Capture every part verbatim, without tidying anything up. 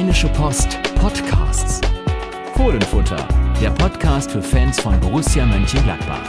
Rheinische Post Podcasts. Fohlenfutter, der Podcast für Fans von Borussia Mönchengladbach.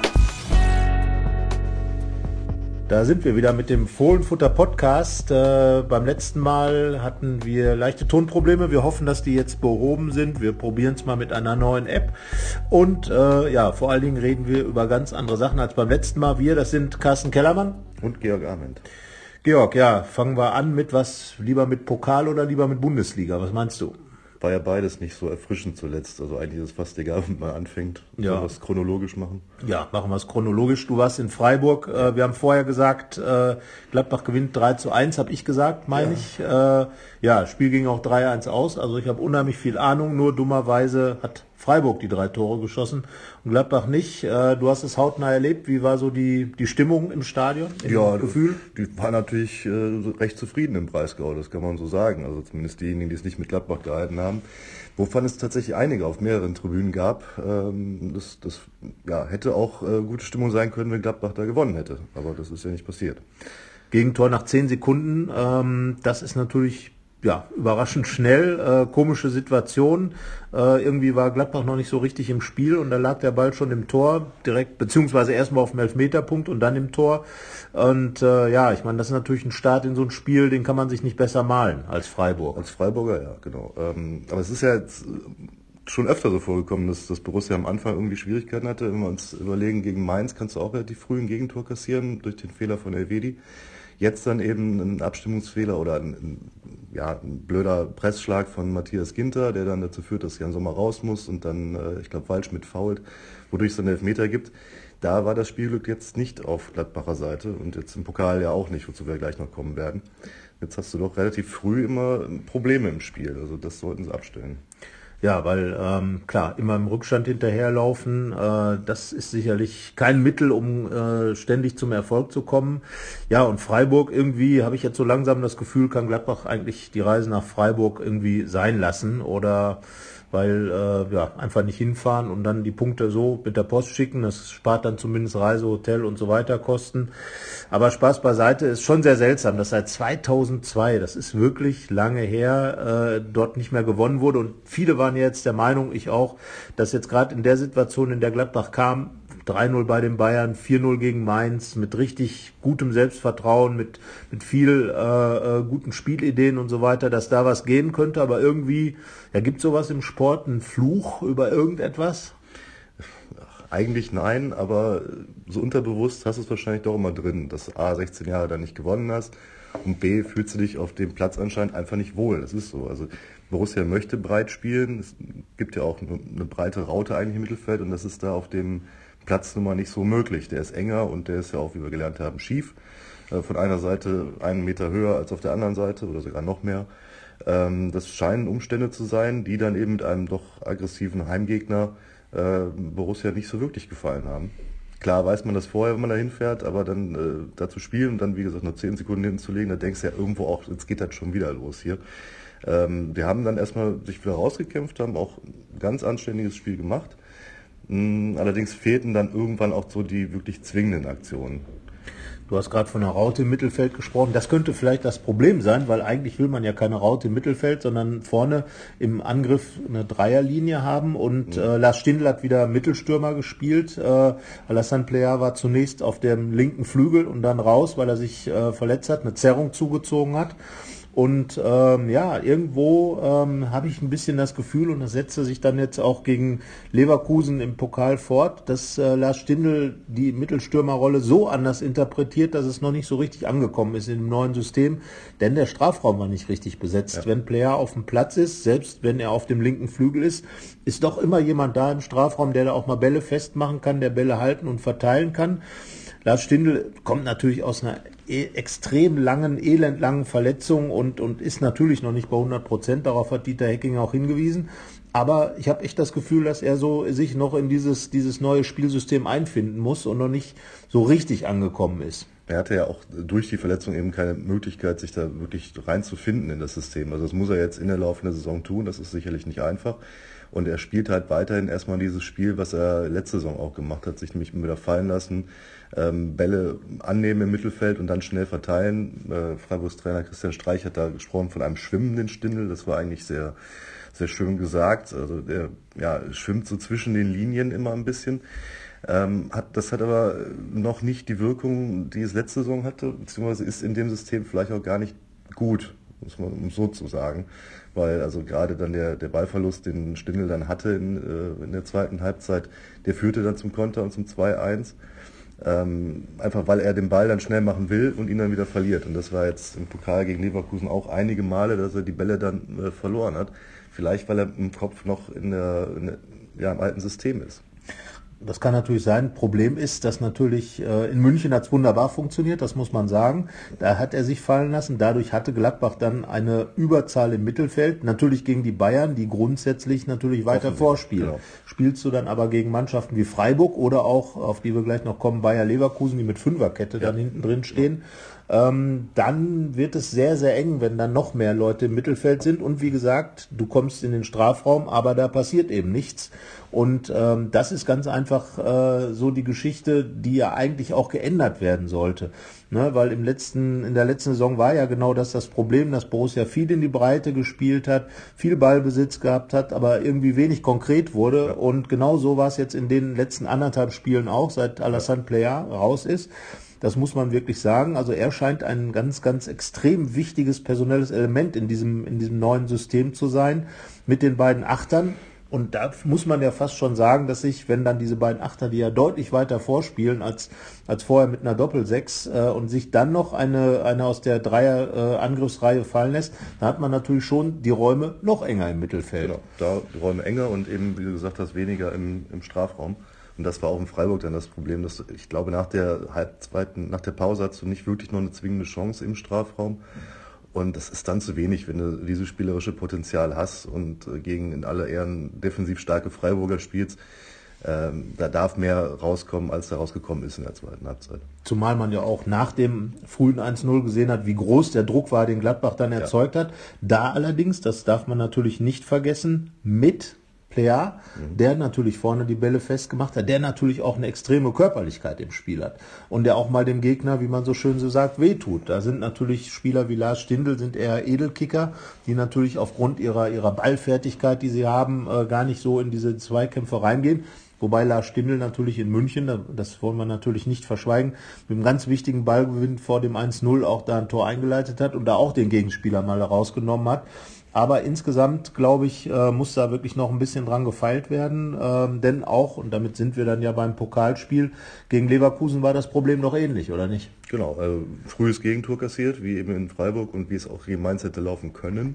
Da sind wir wieder mit dem Fohlenfutter Podcast. Äh, beim letzten Mal hatten wir leichte Tonprobleme. Wir hoffen, dass die jetzt behoben sind. Wir probieren es mal mit einer neuen App. Und äh, ja, vor allen Dingen reden wir über ganz andere Sachen als beim letzten Mal. Wir, das sind Carsten Kellermann und Georg Arment. Georg, ja, fangen wir an mit was, lieber mit Pokal oder lieber mit Bundesliga? Was meinst du? War ja beides nicht so erfrischend zuletzt. Also eigentlich ist es fast egal, wenn man anfängt. Ja. Sollen wir es chronologisch machen? Ja, machen wir es chronologisch. Du warst in Freiburg. Äh, wir haben vorher gesagt, äh, Gladbach gewinnt drei zu eins, habe ich gesagt, meine ja. ich. Äh, ja, Spiel ging auch drei eins aus. Also ich habe unheimlich viel Ahnung. Nur dummerweise hat Freiburg die drei Tore geschossen und Gladbach nicht. Äh, du hast es hautnah erlebt. Wie war so die, die Stimmung im Stadion? Im ja, Gefühl? Die war natürlich äh, recht zufrieden im Breisgau, das kann man so sagen. Also zumindest diejenigen, die es nicht mit Gladbach gehalten haben. Wovon es tatsächlich einige auf mehreren Tribünen gab. Ähm, das das ja, hätte auch äh, gute Stimmung sein können, wenn Gladbach da gewonnen hätte. Aber das ist ja nicht passiert. Gegentor nach zehn Sekunden. Ähm, das ist natürlich ja überraschend schnell. Äh, komische Situation. Äh, irgendwie war Gladbach noch nicht so richtig im Spiel und da lag der Ball schon im Tor, direkt, beziehungsweise erstmal auf dem Elfmeterpunkt und dann im Tor. Und äh, ja, ich meine, das ist natürlich ein Start in so ein Spiel, den kann man sich nicht besser malen als Freiburg. Als Freiburger, ja, genau. Ähm, aber es ist ja jetzt schon öfter so vorgekommen, dass, dass Borussia am Anfang irgendwie Schwierigkeiten hatte. Wenn wir uns überlegen, gegen Mainz kannst du auch relativ früh ein Gegentor kassieren durch den Fehler von Elvedi. Jetzt dann eben ein Abstimmungsfehler oder ein, ein, ja, ein blöder Pressschlag von Matthias Ginter, der dann dazu führt, dass Jan Sommer raus muss und dann, äh, ich glaube, Waldschmidt foult, wodurch es dann Elfmeter gibt. Da war das Spielglück jetzt nicht auf Gladbacher Seite und jetzt im Pokal ja auch nicht, wozu wir gleich noch kommen werden. Jetzt hast du doch relativ früh immer Probleme im Spiel, also das sollten sie abstellen. Ja, weil ähm, klar, immer im Rückstand hinterherlaufen, äh, das ist sicherlich kein Mittel, um äh, ständig zum Erfolg zu kommen. Ja, und Freiburg irgendwie, habe ich jetzt so langsam das Gefühl, kann Gladbach eigentlich die Reise nach Freiburg irgendwie sein lassen oder weil äh, ja einfach nicht hinfahren und dann die Punkte so mit der Post schicken. Das spart dann zumindest Reise, Hotel und so weiter Kosten. Aber Spaß beiseite, ist schon sehr seltsam, dass seit zweitausendzwei, das ist wirklich lange her, äh, dort nicht mehr gewonnen wurde. Und viele waren jetzt der Meinung, ich auch, dass jetzt gerade in der Situation, in der Gladbach kam, drei null bei den Bayern, vier null gegen Mainz, mit richtig gutem Selbstvertrauen, mit mit viel äh, äh, guten Spielideen und so weiter, dass da was gehen könnte. Aber irgendwie, ja, gibt sowas im Sport, einen Fluch über irgendetwas? Ach, eigentlich nein, aber so unterbewusst hast du es wahrscheinlich doch immer drin, dass A, sechzehn Jahre da nicht gewonnen hast und B, fühlst du dich auf dem Platz anscheinend einfach nicht wohl. Das ist so. Also Borussia möchte breit spielen. Es gibt ja auch eine, eine breite Raute eigentlich im Mittelfeld und das ist da auf dem Platz nun mal nicht so möglich. Der ist enger und der ist ja auch, wie wir gelernt haben, schief. Äh, von einer Seite einen Meter höher als auf der anderen Seite oder sogar noch mehr. Ähm, das scheinen Umstände zu sein, die dann eben mit einem doch aggressiven Heimgegner äh, Borussia nicht so wirklich gefallen haben. Klar weiß man das vorher, wenn man da hinfährt, aber dann äh, da zu spielen und dann, wie gesagt, nur zehn Sekunden hinzulegen, da denkst du ja irgendwo auch, jetzt geht das schon wieder los hier. Ähm, wir haben dann erstmal sich wieder rausgekämpft, haben auch ein ganz anständiges Spiel gemacht. Allerdings fehlten dann irgendwann auch so die wirklich zwingenden Aktionen. Du hast gerade von einer Raute im Mittelfeld gesprochen. Das könnte vielleicht das Problem sein, weil eigentlich will man ja keine Raute im Mittelfeld, sondern vorne im Angriff eine Dreierlinie haben. Und mhm. äh, Lars Stindl hat wieder Mittelstürmer gespielt. Äh, Alassane Plea war zunächst auf dem linken Flügel und dann raus, weil er sich äh, verletzt hat, eine Zerrung zugezogen hat. Und ähm, ja, irgendwo ähm, habe ich ein bisschen das Gefühl, und das setzte sich dann jetzt auch gegen Leverkusen im Pokal fort, dass äh, Lars Stindl die Mittelstürmerrolle so anders interpretiert, dass es noch nicht so richtig angekommen ist in dem neuen System, denn der Strafraum war nicht richtig besetzt. Ja. Wenn Plea auf dem Platz ist, selbst wenn er auf dem linken Flügel ist, ist doch immer jemand da im Strafraum, der da auch mal Bälle festmachen kann, der Bälle halten und verteilen kann. Lars Stindl kommt natürlich aus einer e- extrem langen, elendlangen Verletzung und, und ist natürlich noch nicht bei hundert Prozent. Darauf hat Dieter Hecking auch hingewiesen. Aber ich habe echt das Gefühl, dass er so sich noch in dieses, dieses neue Spielsystem einfinden muss und noch nicht so richtig angekommen ist. Er hatte ja auch durch die Verletzung eben keine Möglichkeit, sich da wirklich reinzufinden in das System. Also das muss er jetzt in der laufenden Saison tun, das ist sicherlich nicht einfach. Und er spielt halt weiterhin erstmal dieses Spiel, was er letzte Saison auch gemacht hat, sich nämlich wieder fallen lassen, ähm, Bälle annehmen im Mittelfeld und dann schnell verteilen. Äh, Freiburgs Trainer Christian Streich hat da gesprochen von einem schwimmenden Stindl, das war eigentlich sehr, sehr schön gesagt. Also der ja, schwimmt so zwischen den Linien immer ein bisschen. Ähm, hat, das hat aber noch nicht die Wirkung, die es letzte Saison hatte, beziehungsweise ist in dem System vielleicht auch gar nicht gut, muss man um so zu sagen. Weil also gerade dann der, der Ballverlust, den Stindl dann hatte in, äh, in der zweiten Halbzeit, der führte dann zum Konter und zum zwei eins. Ähm, einfach weil er den Ball dann schnell machen will und ihn dann wieder verliert. Und das war jetzt im Pokal gegen Leverkusen auch einige Male, dass er die Bälle dann äh, verloren hat. Vielleicht, weil er im Kopf noch in der, in der, ja, im alten System ist. Das kann natürlich sein. Problem ist, dass natürlich äh, in München hat es wunderbar funktioniert, das muss man sagen. Da hat er sich fallen lassen. Dadurch hatte Gladbach dann eine Überzahl im Mittelfeld. Natürlich gegen die Bayern, die grundsätzlich natürlich weiter vorspielen. Genau. Spielst du dann aber gegen Mannschaften wie Freiburg oder auch, auf die wir gleich noch kommen, Bayer Leverkusen, die mit Fünferkette ja. dann hinten drin stehen, ähm, dann wird es sehr, sehr eng, wenn dann noch mehr Leute im Mittelfeld sind. Und wie gesagt, du kommst in den Strafraum, aber da passiert eben nichts. Und ähm, das ist ganz einfach äh, so die Geschichte, die ja eigentlich auch geändert werden sollte. Ne, weil im letzten, in der letzten Saison war ja genau das das Problem, dass Borussia viel in die Breite gespielt hat, viel Ballbesitz gehabt hat, aber irgendwie wenig konkret wurde. Ja. Und genau so war es jetzt in den letzten anderthalb Spielen auch, seit Alassane Plea raus ist. Das muss man wirklich sagen. Also er scheint ein ganz, ganz extrem wichtiges personelles Element in diesem, in diesem neuen System zu sein, mit den beiden Achtern. Und da muss man ja fast schon sagen, dass sich, wenn dann diese beiden Achter, die ja deutlich weiter vorspielen als als vorher mit einer Doppelsechs äh, und sich dann noch eine eine aus der Dreier-Angriffsreihe äh, fallen lässt, dann hat man natürlich schon die Räume noch enger im Mittelfeld. Genau, da die Räume enger und eben, wie du gesagt hast, weniger im, im Strafraum. Und das war auch in Freiburg dann das Problem, dass ich glaube, nach der Halbzweiten, nach der Pause hast du nicht wirklich noch eine zwingende Chance im Strafraum. Und das ist dann zu wenig, wenn du dieses spielerische Potenzial hast und äh, gegen in aller Ehren defensiv starke Freiburger spielst. Ähm, da darf mehr rauskommen, als da rausgekommen ist in der zweiten Halbzeit. Zumal man ja auch nach dem frühen eins null gesehen hat, wie groß der Druck war, den Gladbach dann erzeugt ja. hat. Da allerdings, das darf man natürlich nicht vergessen, mit Plea, mhm. der natürlich vorne die Bälle festgemacht hat, der natürlich auch eine extreme Körperlichkeit im Spiel hat und der auch mal dem Gegner, wie man so schön so sagt, wehtut. Da sind natürlich Spieler wie Lars Stindl, sind eher Edelkicker, die natürlich aufgrund ihrer ihrer Ballfertigkeit, die sie haben, äh, gar nicht so in diese Zweikämpfe reingehen. Wobei Lars Stindl natürlich in München, das wollen wir natürlich nicht verschweigen, mit einem ganz wichtigen Ballgewinn vor dem eins null auch da ein Tor eingeleitet hat und da auch den Gegenspieler mal rausgenommen hat. Aber insgesamt, glaube ich, äh, muss da wirklich noch ein bisschen dran gefeilt werden, ähm, denn auch, und damit sind wir dann ja beim Pokalspiel, gegen Leverkusen war das Problem noch ähnlich, oder nicht? Genau, also frühes Gegentor kassiert, wie eben in Freiburg und wie es auch gegen Mainz hätte laufen können.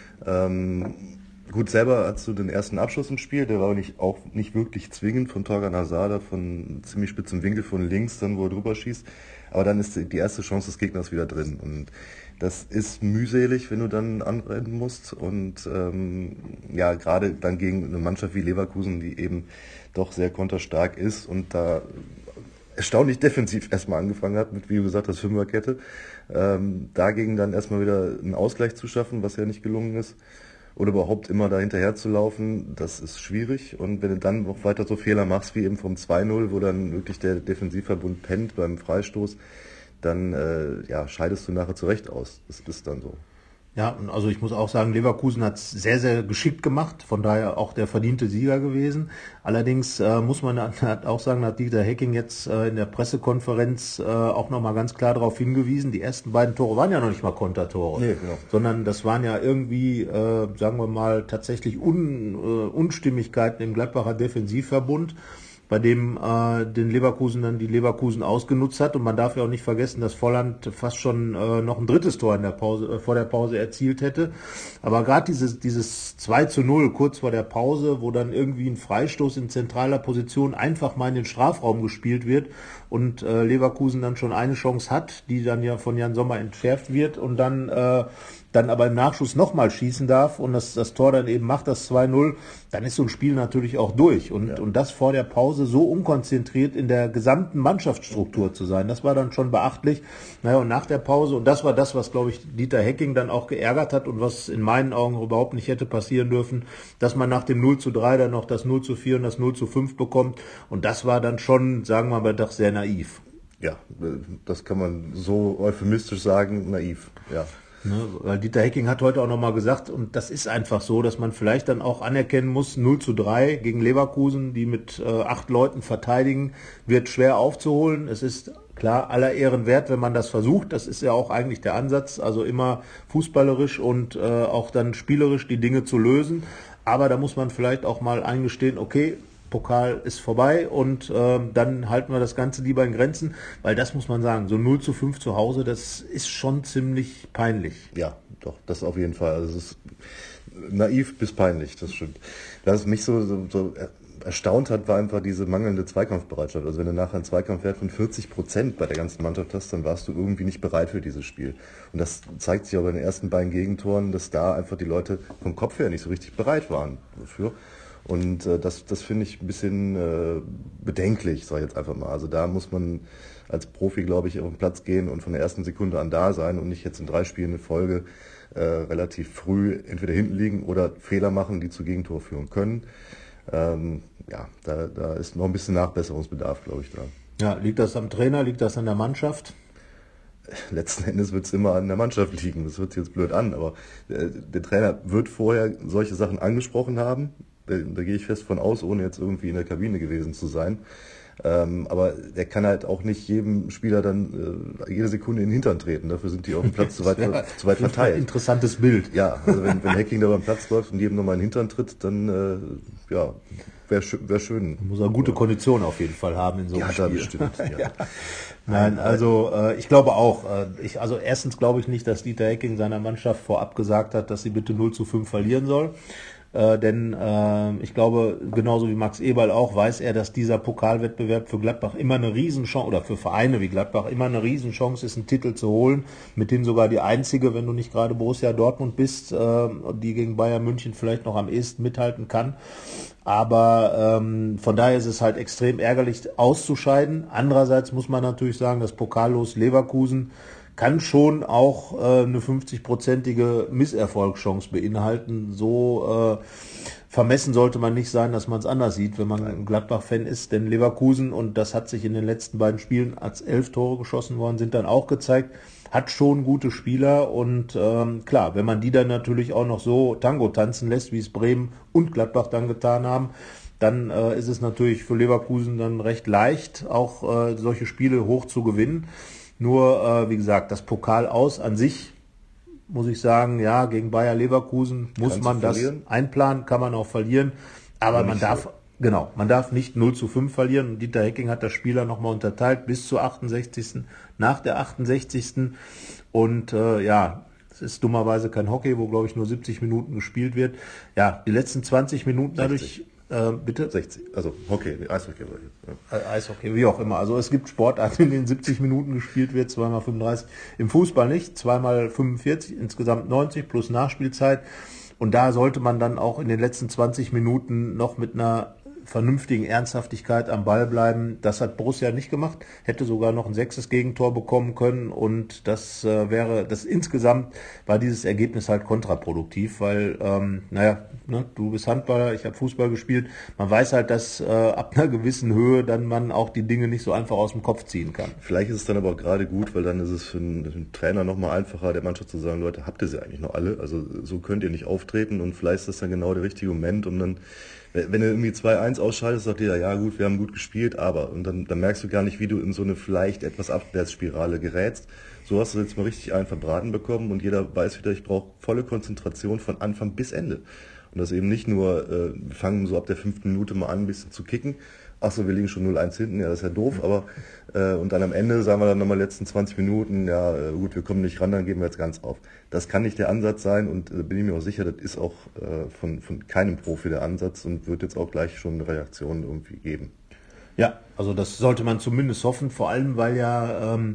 Ähm, gut, selber hast du den ersten Abschluss im Spiel, der war nicht, auch nicht wirklich zwingend von Torgan Hazard, von ziemlich spitzem Winkel von links, dann wo er drüber schießt. Aber dann ist die erste Chance des Gegners wieder drin und das ist mühselig, wenn du dann anrennen musst und ähm, ja, gerade dann gegen eine Mannschaft wie Leverkusen, die eben doch sehr konterstark ist und da erstaunlich defensiv erstmal angefangen hat mit, wie du gesagt hast, Fünferkette, ähm, dagegen dann erstmal wieder einen Ausgleich zu schaffen, was ja nicht gelungen ist, oder überhaupt immer da hinterher zu laufen, das ist schwierig und wenn du dann noch weiter so Fehler machst wie eben vom zwei null, wo dann wirklich der Defensivverbund pennt beim Freistoß, dann äh, ja, scheidest du nachher zurecht aus. Das ist dann so. Ja, also ich muss auch sagen, Leverkusen hat es sehr, sehr geschickt gemacht, von daher auch der verdiente Sieger gewesen. Allerdings äh, muss man hat auch sagen, hat Dieter Hecking jetzt äh, in der Pressekonferenz äh, auch nochmal ganz klar darauf hingewiesen, die ersten beiden Tore waren ja noch nicht mal Kontertore, nee, genau. sondern das waren ja irgendwie, äh, sagen wir mal, tatsächlich Un, äh, Unstimmigkeiten im Gladbacher Defensivverbund, bei dem äh, den Leverkusen dann die Leverkusen ausgenutzt hat. Und man darf ja auch nicht vergessen, dass Volland fast schon äh, noch ein drittes Tor in der Pause, äh, vor der Pause erzielt hätte. Aber gerade dieses, dieses zwei zu null kurz vor der Pause, wo dann irgendwie ein Freistoß in zentraler Position einfach mal in den Strafraum gespielt wird und äh, Leverkusen dann schon eine Chance hat, die dann ja von Jan Sommer entschärft wird und dann äh, dann aber im Nachschuss nochmal schießen darf und das, das Tor dann eben macht, das zwei null, dann ist so ein Spiel natürlich auch durch. Und, ja. und das vor der Pause so unkonzentriert in der gesamten Mannschaftsstruktur zu sein, das war dann schon beachtlich. Naja, und nach der Pause, und das war das, was, glaube ich, Dieter Hecking dann auch geärgert hat und was in meinen Augen überhaupt nicht hätte passieren dürfen, dass man nach dem null zu drei dann noch das null zu vier und das null zu fünf bekommt. Und das war dann schon, sagen wir mal, doch sehr naiv. Ja, das kann man so euphemistisch sagen, naiv, ja. Ne, weil Dieter Hecking hat heute auch nochmal gesagt, und das ist einfach so, dass man vielleicht dann auch anerkennen muss, null zu drei gegen Leverkusen, die mit äh, acht Leuten verteidigen, wird schwer aufzuholen. Es ist klar aller Ehren wert, wenn man das versucht. Das ist ja auch eigentlich der Ansatz, also immer fußballerisch und äh, auch dann spielerisch die Dinge zu lösen. Aber da muss man vielleicht auch mal eingestehen, okay, Pokal ist vorbei und äh, dann halten wir das Ganze lieber in Grenzen, weil das muss man sagen, so null zu fünf zu Hause, das ist schon ziemlich peinlich. Ja, doch, das auf jeden Fall. Also es ist naiv bis peinlich, das stimmt. Was mich so, so, so erstaunt hat, war einfach diese mangelnde Zweikampfbereitschaft. Also wenn du nachher einen Zweikampfwert von vierzig Prozent bei der ganzen Mannschaft hast, dann warst du irgendwie nicht bereit für dieses Spiel. Und das zeigt sich auch bei den ersten beiden Gegentoren, dass da einfach die Leute vom Kopf her nicht so richtig bereit waren dafür. Und äh, das, das finde ich ein bisschen äh, bedenklich, sage ich jetzt einfach mal. Also da muss man als Profi, glaube ich, auf den Platz gehen und von der ersten Sekunde an da sein und nicht jetzt in drei Spielen in Folge äh, relativ früh entweder hinten liegen oder Fehler machen, die zu Gegentor führen können. Ähm, ja, da, da ist noch ein bisschen Nachbesserungsbedarf, glaube ich, da. Ja, liegt das am Trainer, liegt das an der Mannschaft? Letzten Endes wird es immer an der Mannschaft liegen. Das hört sich jetzt blöd an, aber äh, der Trainer wird vorher solche Sachen angesprochen haben. Da, da gehe ich fest von aus, ohne jetzt irgendwie in der Kabine gewesen zu sein. Ähm, aber der kann halt auch nicht jedem Spieler dann äh, jede Sekunde in den Hintern treten. Dafür sind die auf dem Platz zu weit, ja, zu weit verteilt. Ein interessantes Bild. Ja, also wenn, wenn Hecking da beim Platz läuft und jedem nochmal in den Hintern tritt, dann äh, ja, wäre wär schön. Muss er gute Kondition auf jeden Fall haben in so einem ja, Spiel. Ja, bestimmt. Ja. Ja. Nein, also äh, ich glaube auch. Äh, ich, also erstens glaube ich nicht, dass Dieter Hecking seiner Mannschaft vorab gesagt hat, dass sie bitte null zu fünf verlieren soll. Äh, denn äh, ich glaube, genauso wie Max Eberl auch, weiß er, dass dieser Pokalwettbewerb für Gladbach immer eine Riesenchance, oder für Vereine wie Gladbach immer eine Riesenchance ist, einen Titel zu holen, mit denen sogar die einzige, wenn du nicht gerade Borussia Dortmund bist, äh, die gegen Bayern München vielleicht noch am ehesten mithalten kann. Aber ähm, von daher ist es halt extrem ärgerlich auszuscheiden. Andererseits muss man natürlich sagen, das Pokallos Leverkusen kann schon auch äh, eine fünfzig-prozentige Misserfolgschance beinhalten. So äh, vermessen sollte man nicht sein, dass man es anders sieht, wenn man ein Gladbach-Fan ist. Denn Leverkusen, und das hat sich in den letzten beiden Spielen, als elf Tore geschossen worden sind, dann auch gezeigt, hat schon gute Spieler. Und ähm, klar, wenn man die dann natürlich auch noch so Tango tanzen lässt, wie es Bremen und Gladbach dann getan haben, dann äh, ist es natürlich für Leverkusen dann recht leicht, auch äh, solche Spiele hoch zu gewinnen. Nur, äh, wie gesagt, das Pokal aus an sich, muss ich sagen, ja, gegen Bayer Leverkusen muss Kannst man das verlieren? einplanen, kann man auch verlieren, aber, aber man darf, so. genau, man darf nicht null zu fünf verlieren. Und Dieter Hecking hat das Spieler nochmal unterteilt bis zur achtundsechzigsten nach der achtundsechzigsten Und äh, ja, es ist dummerweise kein Hockey, wo, glaube ich, nur siebzig Minuten gespielt wird. Ja, die letzten zwanzig Minuten dadurch... Äh, bitte? sechzig, also Hockey, Eishockey. Ja. Eishockey, wie auch immer. Also es gibt Sportarten, in denen siebzig Minuten gespielt wird, zweimal fünfunddreißig. Im Fußball nicht, zweimal fünfundvierzig, insgesamt neunzig plus Nachspielzeit. Und da sollte man dann auch in den letzten zwanzig Minuten noch mit einer vernünftigen Ernsthaftigkeit am Ball bleiben. Das hat Borussia nicht gemacht, hätte sogar noch ein sechstes Gegentor bekommen können und das äh, wäre, das insgesamt war dieses Ergebnis halt kontraproduktiv, weil, ähm, naja, ne, du bist Handballer, ich habe Fußball gespielt, man weiß halt, dass äh, ab einer gewissen Höhe dann man auch die Dinge nicht so einfach aus dem Kopf ziehen kann. Vielleicht ist es dann aber auch gerade gut, weil dann ist es für einen, für einen Trainer nochmal einfacher, der Mannschaft zu sagen, Leute, habt ihr sie eigentlich noch alle? Also so könnt ihr nicht auftreten und vielleicht ist das dann genau der richtige Moment, um dann, wenn du irgendwie zwei eins ausschaltest, sagt ihr, ja gut, wir haben gut gespielt, aber, und dann, dann merkst du gar nicht, wie du in so eine vielleicht etwas Abwärtsspirale gerätst. So hast du jetzt mal richtig einen verbraten bekommen und jeder weiß wieder, ich brauche volle Konzentration von Anfang bis Ende. Und das eben nicht nur, äh, wir fangen so ab der fünften Minute mal an, ein bisschen zu kicken. Ach so, wir liegen schon null eins hinten, ja, das ist ja doof, aber äh, und dann am Ende sagen wir dann nochmal letzten zwanzig Minuten, ja äh, gut, wir kommen nicht ran, dann geben wir jetzt ganz auf. Das kann nicht der Ansatz sein und äh, bin ich mir auch sicher, das ist auch äh, von, von keinem Profi der Ansatz und wird jetzt auch gleich schon eine Reaktion irgendwie geben. Ja, also das sollte man zumindest hoffen, vor allem weil ja ähm,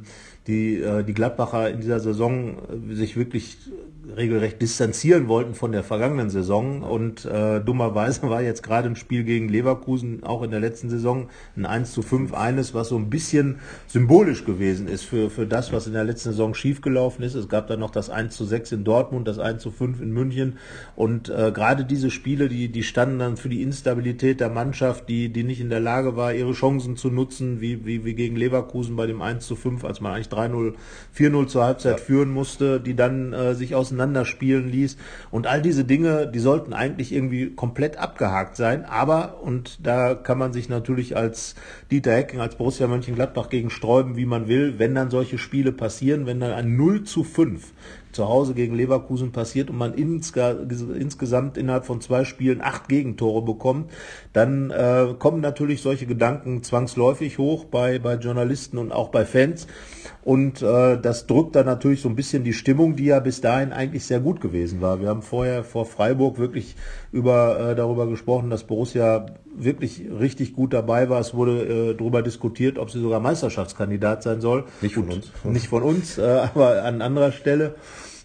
die, äh, die Gladbacher in dieser Saison äh, sich wirklich regelrecht distanzieren wollten von der vergangenen Saison und äh, dummerweise war jetzt gerade ein Spiel gegen Leverkusen auch in der letzten Saison ein eins zu fünf eines, was so ein bisschen symbolisch gewesen ist für, für das, was in der letzten Saison schiefgelaufen ist. Es gab dann noch das eins zu sechs in Dortmund, das eins zu fünf in München und äh, gerade diese Spiele, die, die standen dann für die Instabilität der Mannschaft, die, die nicht in der Lage war, ihre Chancen zu nutzen, wie, wie, wie gegen Leverkusen bei dem eins zu fünf, als man eigentlich drei null, vier null zur Halbzeit ja. führen musste, die dann äh, sich auseinanderspielen ließ. Und all diese Dinge, die sollten eigentlich irgendwie komplett abgehakt sein. Aber, und da kann man sich natürlich als Dieter Hecking, als Borussia Mönchengladbach gegen sträuben, wie man will, wenn dann solche Spiele passieren, wenn dann ein null zu fünf zu Hause gegen Leverkusen passiert und man insge- insgesamt innerhalb von zwei Spielen acht Gegentore bekommt, dann äh, kommen natürlich solche Gedanken zwangsläufig hoch bei, bei Journalisten und auch bei Fans. Und äh, das drückt dann natürlich so ein bisschen die Stimmung, die ja bis dahin eigentlich sehr gut gewesen war. Wir haben vorher vor Freiburg wirklich über äh, darüber gesprochen, dass Borussia wirklich richtig gut dabei war. Es wurde äh, darüber diskutiert, ob sie sogar Meisterschaftskandidat sein soll. Nicht von uns. Nicht von uns, äh, aber an anderer Stelle.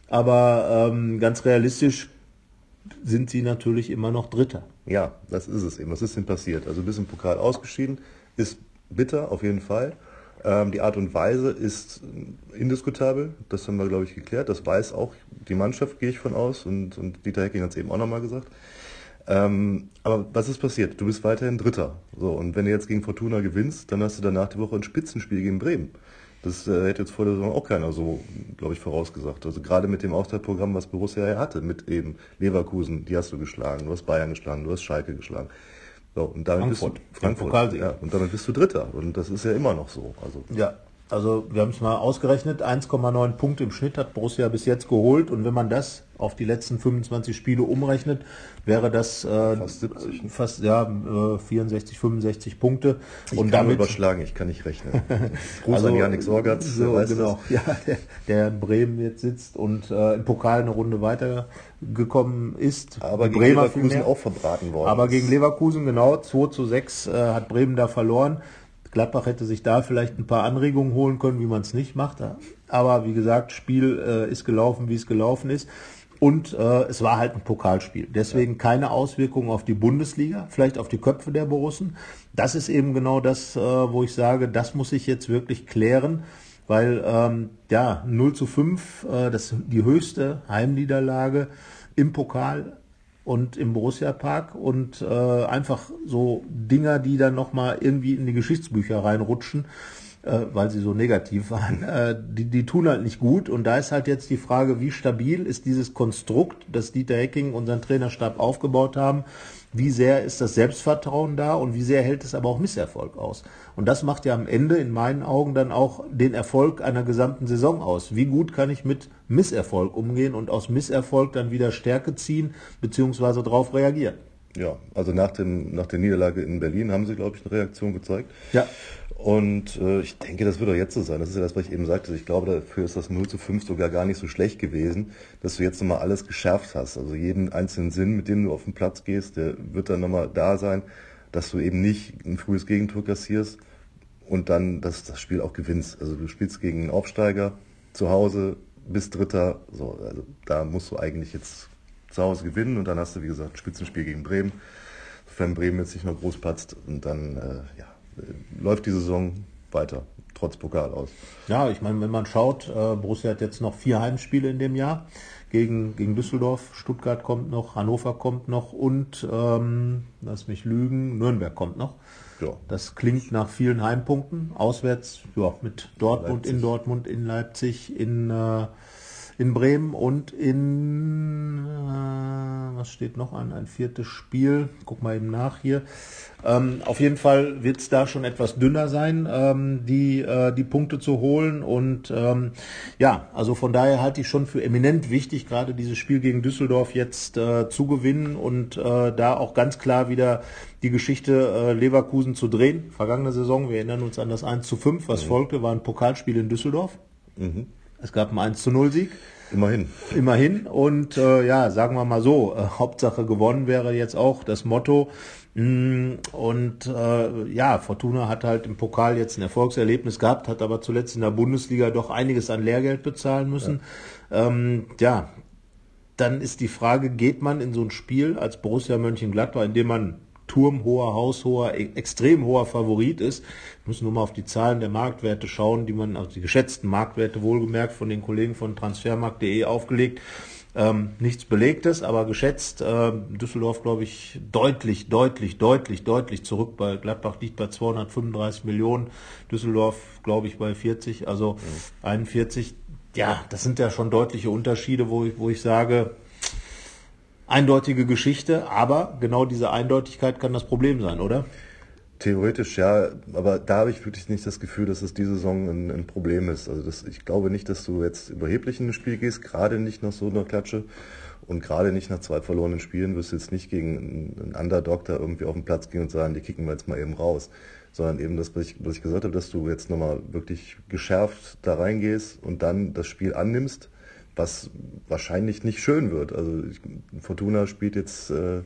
Aber ähm, ganz realistisch sind sie natürlich immer noch Dritter. Ja, das ist es eben. Was ist denn passiert? Also ein bisschen Pokal ausgeschieden, ist bitter auf jeden Fall. Ähm, die Art und Weise ist indiskutabel, das haben wir, glaube ich, geklärt. Das weiß auch die Mannschaft, gehe ich von aus. Und, und Dieter Hecking hat es eben auch nochmal gesagt. Ähm, aber was ist passiert? Du bist weiterhin Dritter. So, und wenn du jetzt gegen Fortuna gewinnst, dann hast du danach die Woche ein Spitzenspiel gegen Bremen. Das äh, hätte jetzt vor der Saison auch keiner so, glaube ich, vorausgesagt. Also gerade mit dem Auftaktprogramm, was Borussia ja hatte, mit eben Leverkusen, die hast du geschlagen, du hast Bayern geschlagen, du hast Schalke geschlagen. So, und damit Frankfurt, bist du, Frankfurt, ja, und damit bist du Dritter. Und das ist ja immer noch so. Also ja, also wir haben es mal ausgerechnet, eins Komma neun Punkte im Schnitt hat Borussia bis jetzt geholt und wenn man das auf die letzten fünfundzwanzig Spiele umrechnet, wäre das äh, fast siebzig. Fast ja äh, vierundsechzig, fünfundsechzig Punkte. Ich und kann damit überschlagen, ich kann nicht rechnen. Gruß also, an Jannik Sorgatz, so, weiß genau, ja, der, der in Bremen jetzt sitzt und äh, im Pokal eine Runde weitergekommen ist. Aber Die gegen Bremer Leverkusen vielmehr. auch verbraten worden. Aber ist. gegen Leverkusen genau zwei zu sechs äh, hat Bremen da verloren. Gladbach hätte sich da vielleicht ein paar Anregungen holen können, wie man es nicht macht. Aber wie gesagt, Spiel äh, ist gelaufen, wie es gelaufen ist. Und äh, es war halt ein Pokalspiel. Deswegen ja. keine Auswirkungen auf die Bundesliga, vielleicht auf die Köpfe der Borussen. Das ist eben genau das, äh, wo ich sage, das muss ich jetzt wirklich klären. Weil ähm, ja, null zu fünf, äh, das ist die höchste Heimniederlage im Pokal und im Borussia-Park und äh, einfach so Dinger, die dann nochmal irgendwie in die Geschichtsbücher reinrutschen, äh, weil sie so negativ waren, äh, die, die tun halt nicht gut. Und da ist halt jetzt die Frage, wie stabil ist dieses Konstrukt, das Dieter Hecking und sein Trainerstab aufgebaut haben, wie sehr ist das Selbstvertrauen da und wie sehr hält es aber auch Misserfolg aus. Und das macht ja am Ende in meinen Augen dann auch den Erfolg einer gesamten Saison aus. Wie gut kann ich mit Misserfolg umgehen und aus Misserfolg dann wieder Stärke ziehen, beziehungsweise darauf reagieren. Ja, also nach, dem, nach der Niederlage in Berlin haben sie, glaube ich, eine Reaktion gezeigt. Ja. Und äh, ich denke, das wird auch jetzt so sein. Das ist ja das, was ich eben sagte. Ich glaube, dafür ist das null zu fünf sogar gar nicht so schlecht gewesen, dass du jetzt nochmal alles geschärft hast. Also jeden einzelnen Sinn, mit dem du auf den Platz gehst, der wird dann nochmal da sein, dass du eben nicht ein frühes Gegentor kassierst und dann das, das Spiel auch gewinnst. Also du spielst gegen einen Aufsteiger zu Hause, bist Dritter. So, also da musst du eigentlich jetzt zu Hause gewinnen und dann hast du, wie gesagt, ein Spitzenspiel gegen Bremen. Sofern Bremen jetzt nicht noch groß patzt und dann, äh, ja, läuft die Saison weiter, trotz Pokal aus. Ja, ich meine, wenn man schaut, äh, Borussia hat jetzt noch vier Heimspiele in dem Jahr. Gegen, gegen Düsseldorf, Stuttgart kommt noch, Hannover kommt noch und, ähm, lass mich lügen, Nürnberg kommt noch. Ja. Das klingt nach vielen Heimpunkten. Auswärts, ja, mit Dortmund, Leipzig. in Dortmund, in Leipzig, in, äh, in Bremen und in, äh, was steht noch an, ein viertes Spiel, guck mal eben nach hier. Ähm, auf jeden Fall wird es da schon etwas dünner sein, ähm, die, äh, die Punkte zu holen und ähm, ja, also von daher halte ich schon für eminent wichtig, gerade dieses Spiel gegen Düsseldorf jetzt äh, zu gewinnen und äh, da auch ganz klar wieder die Geschichte äh, Leverkusen zu drehen. Vergangene Saison, wir erinnern uns an das eins zu fünf, was mhm. folgte, war ein Pokalspiel in Düsseldorf. Mhm. Es gab einen eins zu null Sieg. Immerhin. Immerhin. Und äh, ja, sagen wir mal so, äh, Hauptsache gewonnen wäre jetzt auch das Motto. Und äh, ja, Fortuna hat halt im Pokal jetzt ein Erfolgserlebnis gehabt, hat aber zuletzt in der Bundesliga doch einiges an Lehrgeld bezahlen müssen. Ja, ähm, ja dann ist die Frage, geht man in so ein Spiel als Borussia Mönchengladbach, in dem man turmhoher, haushoher, e- extrem hoher Favorit ist. Wir müssen nur mal auf die Zahlen der Marktwerte schauen, die man, also die geschätzten Marktwerte wohlgemerkt von den Kollegen von transfermarkt punkt de aufgelegt. Ähm, nichts Belegtes, aber geschätzt. Ähm, Düsseldorf, glaube ich, deutlich, deutlich, deutlich, deutlich zurück. Bei Gladbach liegt bei zweihundertfünfunddreißig Millionen. Düsseldorf, glaube ich, bei vierzig, also mhm. einundvierzig. Ja, das sind ja schon deutliche Unterschiede, wo ich, wo ich sage, eindeutige Geschichte, aber genau diese Eindeutigkeit kann das Problem sein, oder? Theoretisch ja, aber da habe ich wirklich nicht das Gefühl, dass es diese Saison ein, ein Problem ist. Also das, ich glaube nicht, dass du jetzt überheblich in ein Spiel gehst, gerade nicht nach so einer Klatsche und gerade nicht nach zwei verlorenen Spielen wirst du jetzt nicht gegen einen Underdog da irgendwie auf den Platz gehen und sagen, die kicken wir jetzt mal eben raus. Sondern eben das, was ich, was ich gesagt habe, dass du jetzt nochmal wirklich geschärft da reingehst und dann das Spiel annimmst, was wahrscheinlich nicht schön wird. Also ich, Fortuna spielt jetzt äh,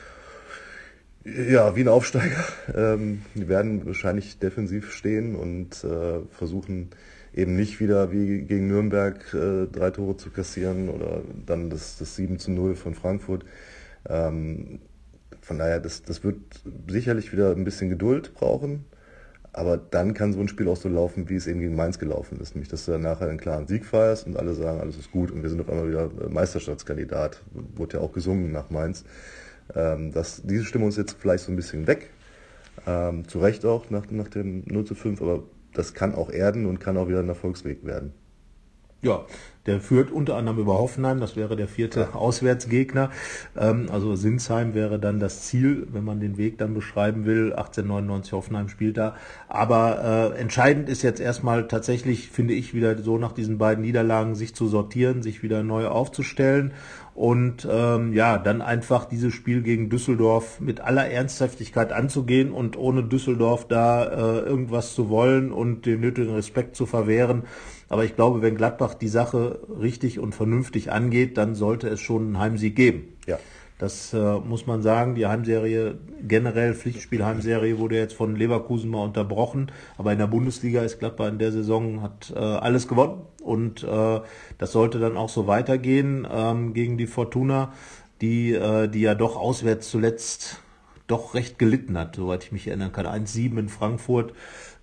ja wie ein Aufsteiger. Ähm, die werden wahrscheinlich defensiv stehen und äh, versuchen eben nicht wieder wie gegen Nürnberg äh, drei Tore zu kassieren oder dann das, das sieben zu null von Frankfurt. Ähm, von daher, das, das wird sicherlich wieder ein bisschen Geduld brauchen. Aber dann kann so ein Spiel auch so laufen, wie es eben gegen Mainz gelaufen ist. Nämlich, dass du dann nachher einen klaren Sieg feierst und alle sagen, alles ist gut und wir sind auf einmal wieder Meisterschaftskandidat. Wurde ja auch gesungen nach Mainz. Ähm, das, diese Stimmung ist jetzt vielleicht so ein bisschen weg. Ähm, zu Recht auch nach, nach dem null zu fünf, aber das kann auch erden und kann auch wieder ein Erfolgsweg werden. Ja, der führt unter anderem über Hoffenheim, das wäre der vierte ja. Auswärtsgegner. Ähm, also Sinsheim wäre dann das Ziel, wenn man den Weg dann beschreiben will. achtzehnhundertneunundneunzig Hoffenheim spielt da. Aber äh, entscheidend ist jetzt erstmal tatsächlich, finde ich, wieder so nach diesen beiden Niederlagen sich zu sortieren, sich wieder neu aufzustellen. Und ähm, ja, dann einfach dieses Spiel gegen Düsseldorf mit aller Ernsthaftigkeit anzugehen und ohne Düsseldorf da äh, irgendwas zu wollen und den nötigen Respekt zu verwehren. Aber ich glaube, wenn Gladbach die Sache richtig und vernünftig angeht, dann sollte es schon einen Heimsieg geben. Ja. Das äh, muss man sagen. Die Heimserie, generell Pflichtspiel-Heimserie wurde jetzt von Leverkusen mal unterbrochen. Aber in der Bundesliga ist Gladbach in der Saison, hat äh, alles gewonnen. Und äh, das sollte dann auch so weitergehen ähm, gegen die Fortuna, die, äh, die ja doch auswärts zuletzt doch recht gelitten hat, soweit ich mich erinnern kann. eins sieben in Frankfurt.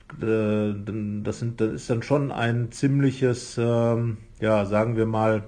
Das, sind, das ist dann schon ein ziemliches, ähm, ja, sagen wir mal,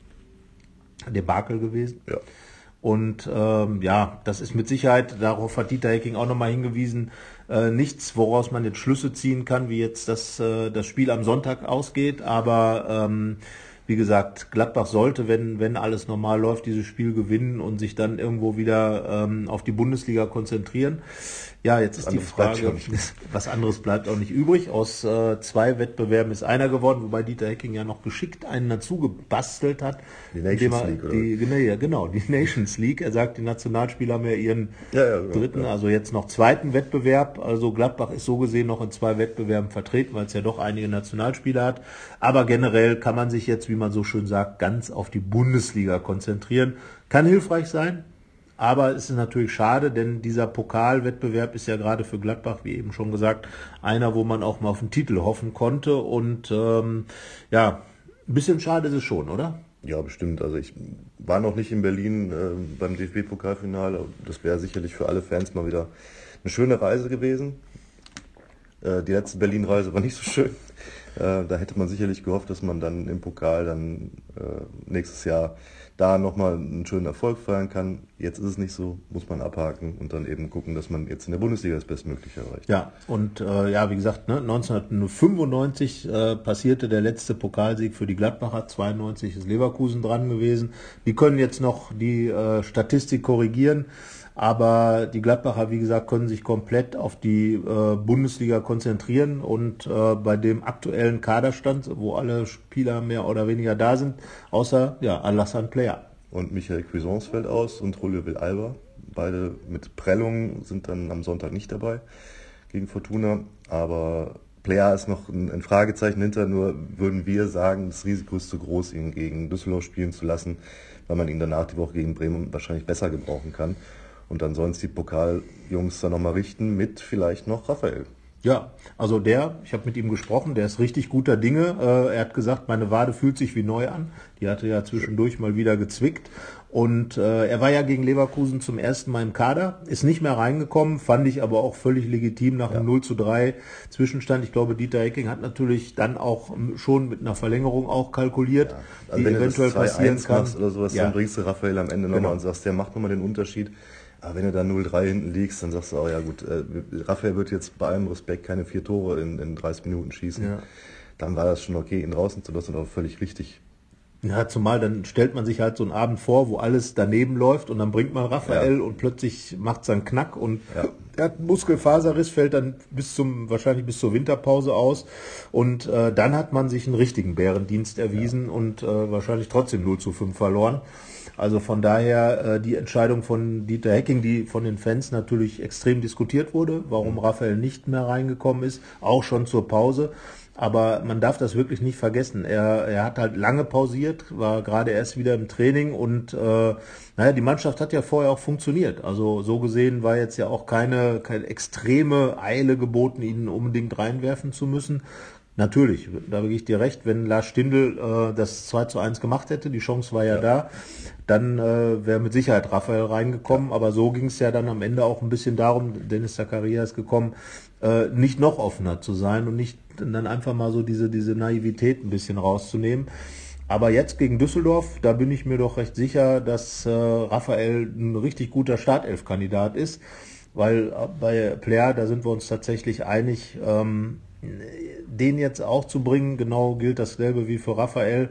Debakel gewesen. Ja. Und ähm, ja, das ist mit Sicherheit, darauf hat Dieter Hecking auch nochmal hingewiesen, äh, nichts, woraus man jetzt Schlüsse ziehen kann, wie jetzt das, äh, das Spiel am Sonntag ausgeht. Aber ähm, wie gesagt, Gladbach sollte, wenn, wenn alles normal läuft, dieses Spiel gewinnen und sich dann irgendwo wieder ähm, auf die Bundesliga konzentrieren. Ja, jetzt ist die Frage, was anderes bleibt auch nicht übrig. Aus äh, zwei Wettbewerben ist einer geworden, wobei Dieter Hecking ja noch geschickt einen dazu gebastelt hat. Die Nations League, oder? Die, ja, genau, die Nations League. Er sagt, die Nationalspieler haben ja ihren ja, ja, genau, dritten, ja. also jetzt noch zweiten Wettbewerb. Also Gladbach ist so gesehen noch in zwei Wettbewerben vertreten, weil es ja doch einige Nationalspieler hat. Aber generell kann man sich jetzt, wie man so schön sagt, ganz auf die Bundesliga konzentrieren. Kann hilfreich sein. Aber es ist natürlich schade, denn dieser Pokalwettbewerb ist ja gerade für Gladbach, wie eben schon gesagt, einer, wo man auch mal auf den Titel hoffen konnte. Und ähm, ja, ein bisschen schade ist es schon, oder? Ja, bestimmt. Also ich war noch nicht in Berlin äh, beim D F B-Pokalfinale. Das wäre sicherlich für alle Fans mal wieder eine schöne Reise gewesen. Äh, die letzte Berlin-Reise war nicht so schön. Äh, da hätte man sicherlich gehofft, dass man dann im Pokal dann äh, nächstes Jahr da nochmal einen schönen Erfolg feiern kann. Jetzt ist es nicht so, muss man abhaken und dann eben gucken, dass man jetzt in der Bundesliga das Bestmögliche erreicht. Ja, und äh, ja, wie gesagt, ne, neunzehnhundertfünfundneunzig äh, passierte der letzte Pokalsieg für die Gladbacher, zweiundneunzig ist Leverkusen dran gewesen. Die können jetzt noch die äh, Statistik korrigieren, aber die Gladbacher, wie gesagt, können sich komplett auf die äh, Bundesliga konzentrieren und äh, bei dem aktuellen Kaderstand, wo alle Spieler mehr oder weniger da sind, außer ja, Alassane Player. Und Michael Cuisance fällt aus und Julio Villalba. Beide mit Prellung sind dann am Sonntag nicht dabei gegen Fortuna, aber Player ist noch ein, ein Fragezeichen hinter, nur würden wir sagen, das Risiko ist zu groß, ihn gegen Düsseldorf spielen zu lassen, weil man ihn danach die Woche gegen Bremen wahrscheinlich besser gebrauchen kann. Und dann sollen es die Pokaljungs dann nochmal richten mit vielleicht noch Raphael. Ja, also der, ich habe mit ihm gesprochen, der ist richtig guter Dinge. Äh, er hat gesagt, meine Wade fühlt sich wie neu an. Die hatte ja zwischendurch mal wieder gezwickt. Und äh, er war ja gegen Leverkusen zum ersten Mal im Kader, ist nicht mehr reingekommen, fand ich aber auch völlig legitim nach einem ja. null zu drei Zwischenstand. Ich glaube, Dieter Hecking hat natürlich dann auch schon mit einer Verlängerung auch kalkuliert, ja. Also die wenn eventuell du das passieren kann. Machst oder sowas, ja. dann bringst du Raphael am Ende nochmal genau. und sagst, der macht nochmal den Unterschied. Aber wenn du da null drei hinten liegst, dann sagst du auch, ja gut, äh, Raphael wird jetzt bei allem Respekt keine vier Tore in, in dreißig Minuten schießen. Ja. Dann war das schon okay, ihn draußen zu lassen, aber völlig richtig. Ja, zumal dann stellt man sich halt so einen Abend vor, wo alles daneben läuft und dann bringt man Raphael ja. und plötzlich macht es einen Knack und ja. er hat einen Muskelfaserriss, fällt dann bis zum wahrscheinlich bis zur Winterpause aus und äh, dann hat man sich einen richtigen Bärendienst erwiesen ja. und äh, wahrscheinlich trotzdem null zu fünf verloren. Also von daher äh, die Entscheidung von Dieter Hecking, die von den Fans natürlich extrem diskutiert wurde, warum mhm. Raphael nicht mehr reingekommen ist, auch schon zur Pause. Aber man darf das wirklich nicht vergessen. Er, er hat halt lange pausiert, war gerade erst wieder im Training und äh, naja, die Mannschaft hat ja vorher auch funktioniert. Also so gesehen war jetzt ja auch keine, keine extreme Eile geboten, ihn unbedingt reinwerfen zu müssen. Natürlich, da gebe ich dir recht, wenn Lars Stindl äh, das zwei zu eins gemacht hätte, die Chance war ja, ja. da, dann äh, wäre mit Sicherheit Raphael reingekommen. Ja. Aber so ging es ja dann am Ende auch ein bisschen darum, Dennis Zakaria ist gekommen, äh, nicht noch offener zu sein und nicht dann einfach mal so diese, diese Naivität ein bisschen rauszunehmen. Aber jetzt gegen Düsseldorf, da bin ich mir doch recht sicher, dass äh, Raphael ein richtig guter Startelf-Kandidat ist, weil äh, bei Player, da sind wir uns tatsächlich einig, ähm, den jetzt auch zu bringen, genau gilt dasselbe wie für Raphael,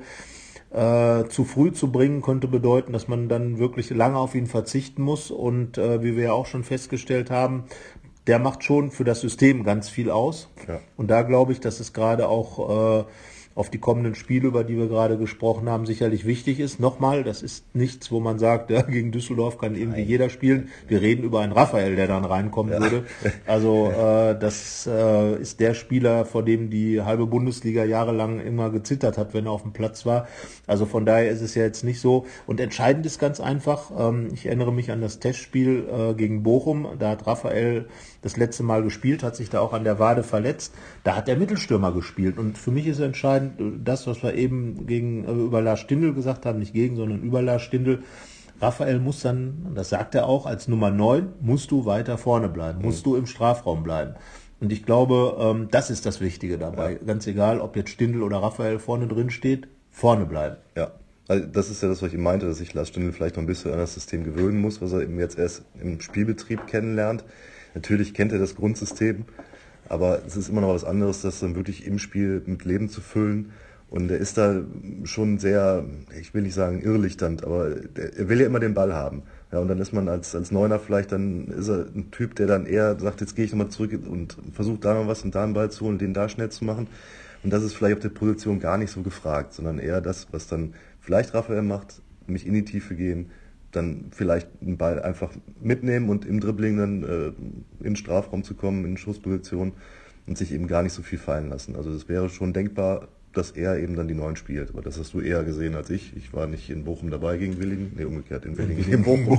äh, zu früh zu bringen, könnte bedeuten, dass man dann wirklich lange auf ihn verzichten muss und äh, wie wir ja auch schon festgestellt haben, der macht schon für das System ganz viel aus. Ja. Und da glaube ich, dass es gerade auch äh, auf die kommenden Spiele, über die wir gerade gesprochen haben, sicherlich wichtig ist. Nochmal, das ist nichts, wo man sagt, ja, gegen Düsseldorf kann irgendwie Nein. jeder spielen. Wir reden über einen Raphael, der dann reinkommen ja. würde. Also äh, das äh, ist der Spieler, vor dem die halbe Bundesliga jahrelang immer gezittert hat, wenn er auf dem Platz war. Also von daher ist es ja jetzt nicht so. Und entscheidend ist ganz einfach, ähm, ich erinnere mich an das Testspiel äh, gegen Bochum. Da hat Raphael das letzte Mal gespielt, hat sich da auch an der Wade verletzt. Da hat der Mittelstürmer gespielt. Und für mich ist entscheidend, das, was wir eben gegen über Lars Stindl gesagt haben, nicht gegen, sondern über Lars Stindl. Raphael muss dann, das sagt er auch, als Nummer neun musst du weiter vorne bleiben, musst mhm. du im Strafraum bleiben. Und ich glaube, ähm, das ist das Wichtige dabei. Ja. Ganz egal, ob jetzt Stindl oder Raphael vorne drin steht, vorne bleiben. Ja, also das ist ja das, was ich eben meinte, dass sich Lars Stindl vielleicht noch ein bisschen an das System gewöhnen muss, was er eben jetzt erst im Spielbetrieb kennenlernt. Natürlich kennt er das Grundsystem, aber es ist immer noch was anderes, das dann wirklich im Spiel mit Leben zu füllen. Und er ist da schon sehr, ich will nicht sagen irrlichternd, aber der, er will ja immer den Ball haben. Ja, und dann ist man als, als Neuner vielleicht, dann ist er ein Typ, der dann eher sagt, jetzt gehe ich nochmal zurück und versucht da noch was und da einen Ball zu holen, den da schnell zu machen. Und das ist vielleicht auf der Position gar nicht so gefragt, sondern eher das, was dann vielleicht Raphael macht, nämlich in die Tiefe gehen, dann vielleicht einen Ball einfach mitnehmen und im Dribbling dann äh, in den Strafraum zu kommen, in Schussposition und sich eben gar nicht so viel fallen lassen. Also das wäre schon denkbar, dass er eben dann die Neuen spielt. Aber das hast du eher gesehen als ich. Ich war nicht in Bochum dabei gegen Willingen. Nee, umgekehrt, in Willingen gegen Bochum.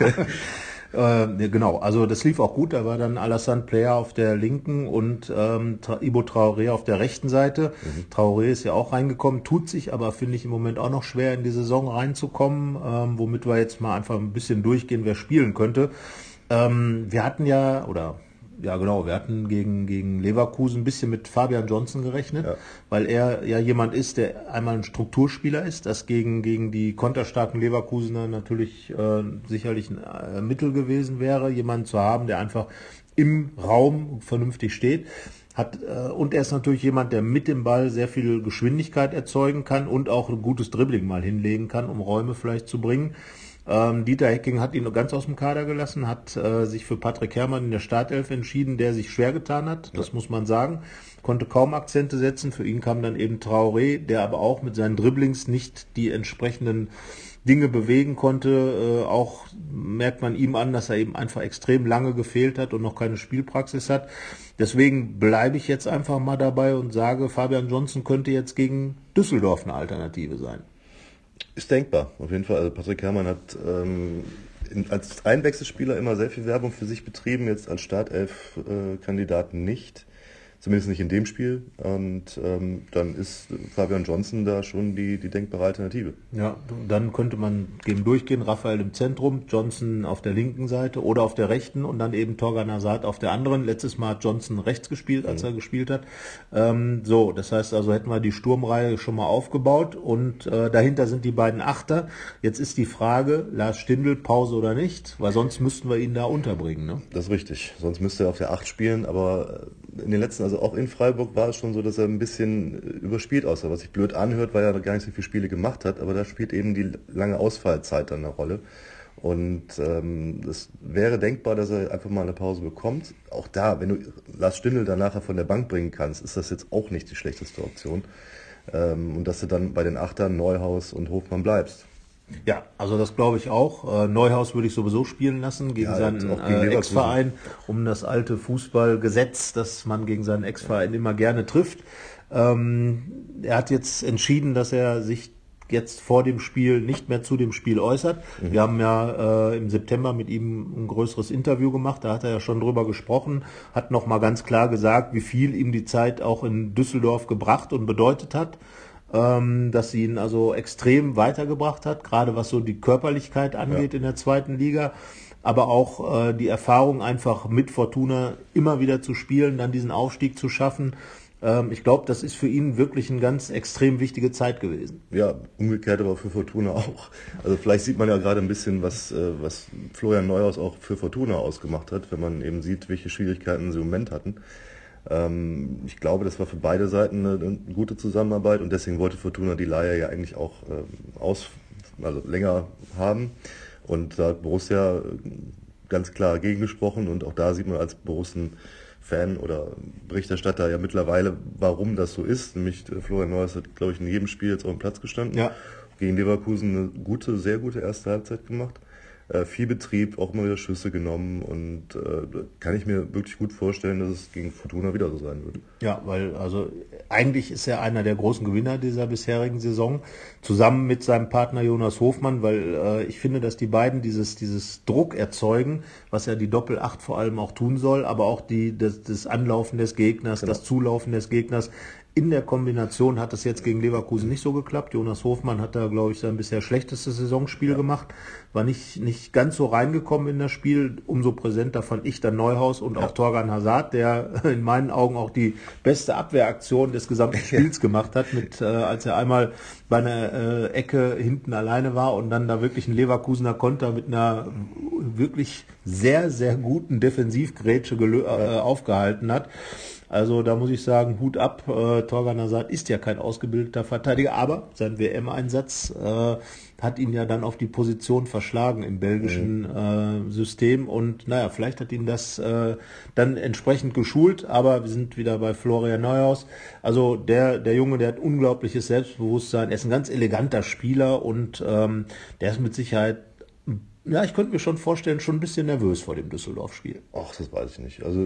Ja. äh, genau, also das lief auch gut. Da war dann Alassane Player auf der linken und ähm, Tra- Ibo Traoré auf der rechten Seite. Mhm. Traoré ist ja auch reingekommen, tut sich aber, finde ich, im Moment auch noch schwer, in die Saison reinzukommen, ähm, womit wir jetzt mal einfach ein bisschen durchgehen, wer spielen könnte. Ähm, wir hatten ja, oder... Ja, genau. Wir hatten gegen, gegen Leverkusen ein bisschen mit Fabian Johnson gerechnet, ja. weil er ja jemand ist, der einmal ein Strukturspieler ist, das gegen, gegen die konterstarken Leverkusener natürlich äh, sicherlich ein äh, Mittel gewesen wäre, jemanden zu haben, der einfach im Raum vernünftig steht. Hat, äh, und er ist natürlich jemand, der mit dem Ball sehr viel Geschwindigkeit erzeugen kann und auch ein gutes Dribbling mal hinlegen kann, um Räume vielleicht zu bringen. Ähm, Dieter Hecking hat ihn ganz aus dem Kader gelassen, hat äh, sich für Patrick Herrmann in der Startelf entschieden, der sich schwer getan hat, das ja. muss man sagen, konnte kaum Akzente setzen, für ihn kam dann eben Traoré, der aber auch mit seinen Dribblings nicht die entsprechenden Dinge bewegen konnte. Äh, auch merkt man ihm an, dass er eben einfach extrem lange gefehlt hat und noch keine Spielpraxis hat. Deswegen bleibe ich jetzt einfach mal dabei und sage, Fabian Johnson könnte jetzt gegen Düsseldorf eine Alternative sein. Ist denkbar, auf jeden Fall. Also Patrick Herrmann hat ähm, in, als Einwechselspieler immer sehr viel Werbung für sich betrieben, jetzt als Startelf-Kandidaten nicht. Zumindest nicht in dem Spiel. Und ähm, dann ist Fabian Johnson da schon die, die denkbare Alternative. Ja, dann könnte man gegen durchgehen, Raphael im Zentrum, Johnson auf der linken Seite oder auf der rechten und dann eben Torgan Hazard auf der anderen. Letztes Mal hat Johnson rechts gespielt, als mhm. er gespielt hat. Ähm, so, das heißt also, hätten wir die Sturmreihe schon mal aufgebaut und äh, dahinter sind die beiden Achter. Jetzt ist die Frage, Lars Stindl, Pause oder nicht? Weil sonst müssten wir ihn da unterbringen, ne? Das ist richtig. Sonst müsste er auf der Acht spielen, aber in den letzten, also auch in Freiburg war es schon so, dass er ein bisschen überspielt aussah. Was sich blöd anhört, weil er gar nicht so viele Spiele gemacht hat, aber da spielt eben die lange Ausfallzeit dann eine Rolle. Und ähm, es wäre denkbar, dass er einfach mal eine Pause bekommt. Auch da, wenn du Lars Stindl dann nachher von der Bank bringen kannst, ist das jetzt auch nicht die schlechteste Option. Ähm, und dass du dann bei den Achtern Neuhaus und Hofmann bleibst. Ja, also das glaube ich auch. Äh, Neuhaus würde ich sowieso spielen lassen gegen ja, seinen gegen äh, Ex-Verein, um das alte Fußballgesetz, das man gegen seinen Ex-Verein immer gerne trifft. Ähm, er hat jetzt entschieden, dass er sich jetzt vor dem Spiel nicht mehr zu dem Spiel äußert. Mhm. Wir haben ja äh, im September mit ihm ein größeres Interview gemacht, da hat er ja schon drüber gesprochen, hat nochmal ganz klar gesagt, wie viel ihm die Zeit auch in Düsseldorf gebracht und bedeutet hat. Ähm, dass sie ihn also extrem weitergebracht hat, gerade was so die Körperlichkeit angeht ja. in der zweiten Liga, aber auch äh, die Erfahrung einfach mit Fortuna immer wieder zu spielen, dann diesen Aufstieg zu schaffen. Ähm, ich glaube, das ist für ihn wirklich eine ganz extrem wichtige Zeit gewesen. Ja, umgekehrt aber für Fortuna auch. Also vielleicht sieht man ja gerade ein bisschen, was, äh, was Florian Neuhaus auch für Fortuna ausgemacht hat, wenn man eben sieht, welche Schwierigkeiten sie im Moment hatten. Ich glaube, das war für beide Seiten eine, eine gute Zusammenarbeit und deswegen wollte Fortuna die Leihe ja eigentlich auch äh, aus, also länger haben. Und da hat Borussia ganz klar gegengesprochen und auch da sieht man als Borussen-Fan oder Berichterstatter ja mittlerweile, warum das so ist. Nämlich Florian Neuhaus hat, glaube ich, in jedem Spiel jetzt auf dem Platz gestanden. Ja. Gegen Leverkusen eine gute, sehr gute erste Halbzeit gemacht. Äh, viel Betrieb, auch immer wieder Schüsse genommen und äh, kann ich mir wirklich gut vorstellen, dass es gegen Fortuna wieder so sein wird. Ja, weil also eigentlich ist er einer der großen Gewinner dieser bisherigen Saison, zusammen mit seinem Partner Jonas Hofmann, weil äh, ich finde, dass die beiden dieses dieses Druck erzeugen, was ja die Doppel-Acht vor allem auch tun soll, aber auch die das, das Anlaufen des Gegners, genau. das Zulaufen des Gegners. In der Kombination hat es jetzt gegen Leverkusen nicht so geklappt. Jonas Hofmann hat da, glaube ich, sein bisher schlechtestes Saisonspiel ja. gemacht. War nicht, nicht ganz so reingekommen in das Spiel. Umso präsenter fand ich dann Neuhaus und ja. auch Torgan Hazard, der in meinen Augen auch die beste Abwehraktion des gesamten Spiels ja. gemacht hat, mit, äh, als er einmal bei einer äh, Ecke hinten alleine war und dann da wirklich ein Leverkusener Konter mit einer wirklich sehr, sehr guten Defensivgrätsche gelö- äh, aufgehalten hat. Also da muss ich sagen, Hut ab, äh, Torgan Hazard ist ja kein ausgebildeter Verteidiger, aber sein W M-Einsatz äh, hat ihn ja dann auf die Position verschlagen im belgischen mhm. äh, System und naja, vielleicht hat ihn das äh, dann entsprechend geschult, aber wir sind wieder bei Florian Neuhaus. Also der der Junge, der hat unglaubliches Selbstbewusstsein, er ist ein ganz eleganter Spieler und ähm, der ist mit Sicherheit, ja, ich könnte mir schon vorstellen, schon ein bisschen nervös vor dem Düsseldorf-Spiel. Ach, das weiß ich nicht. Also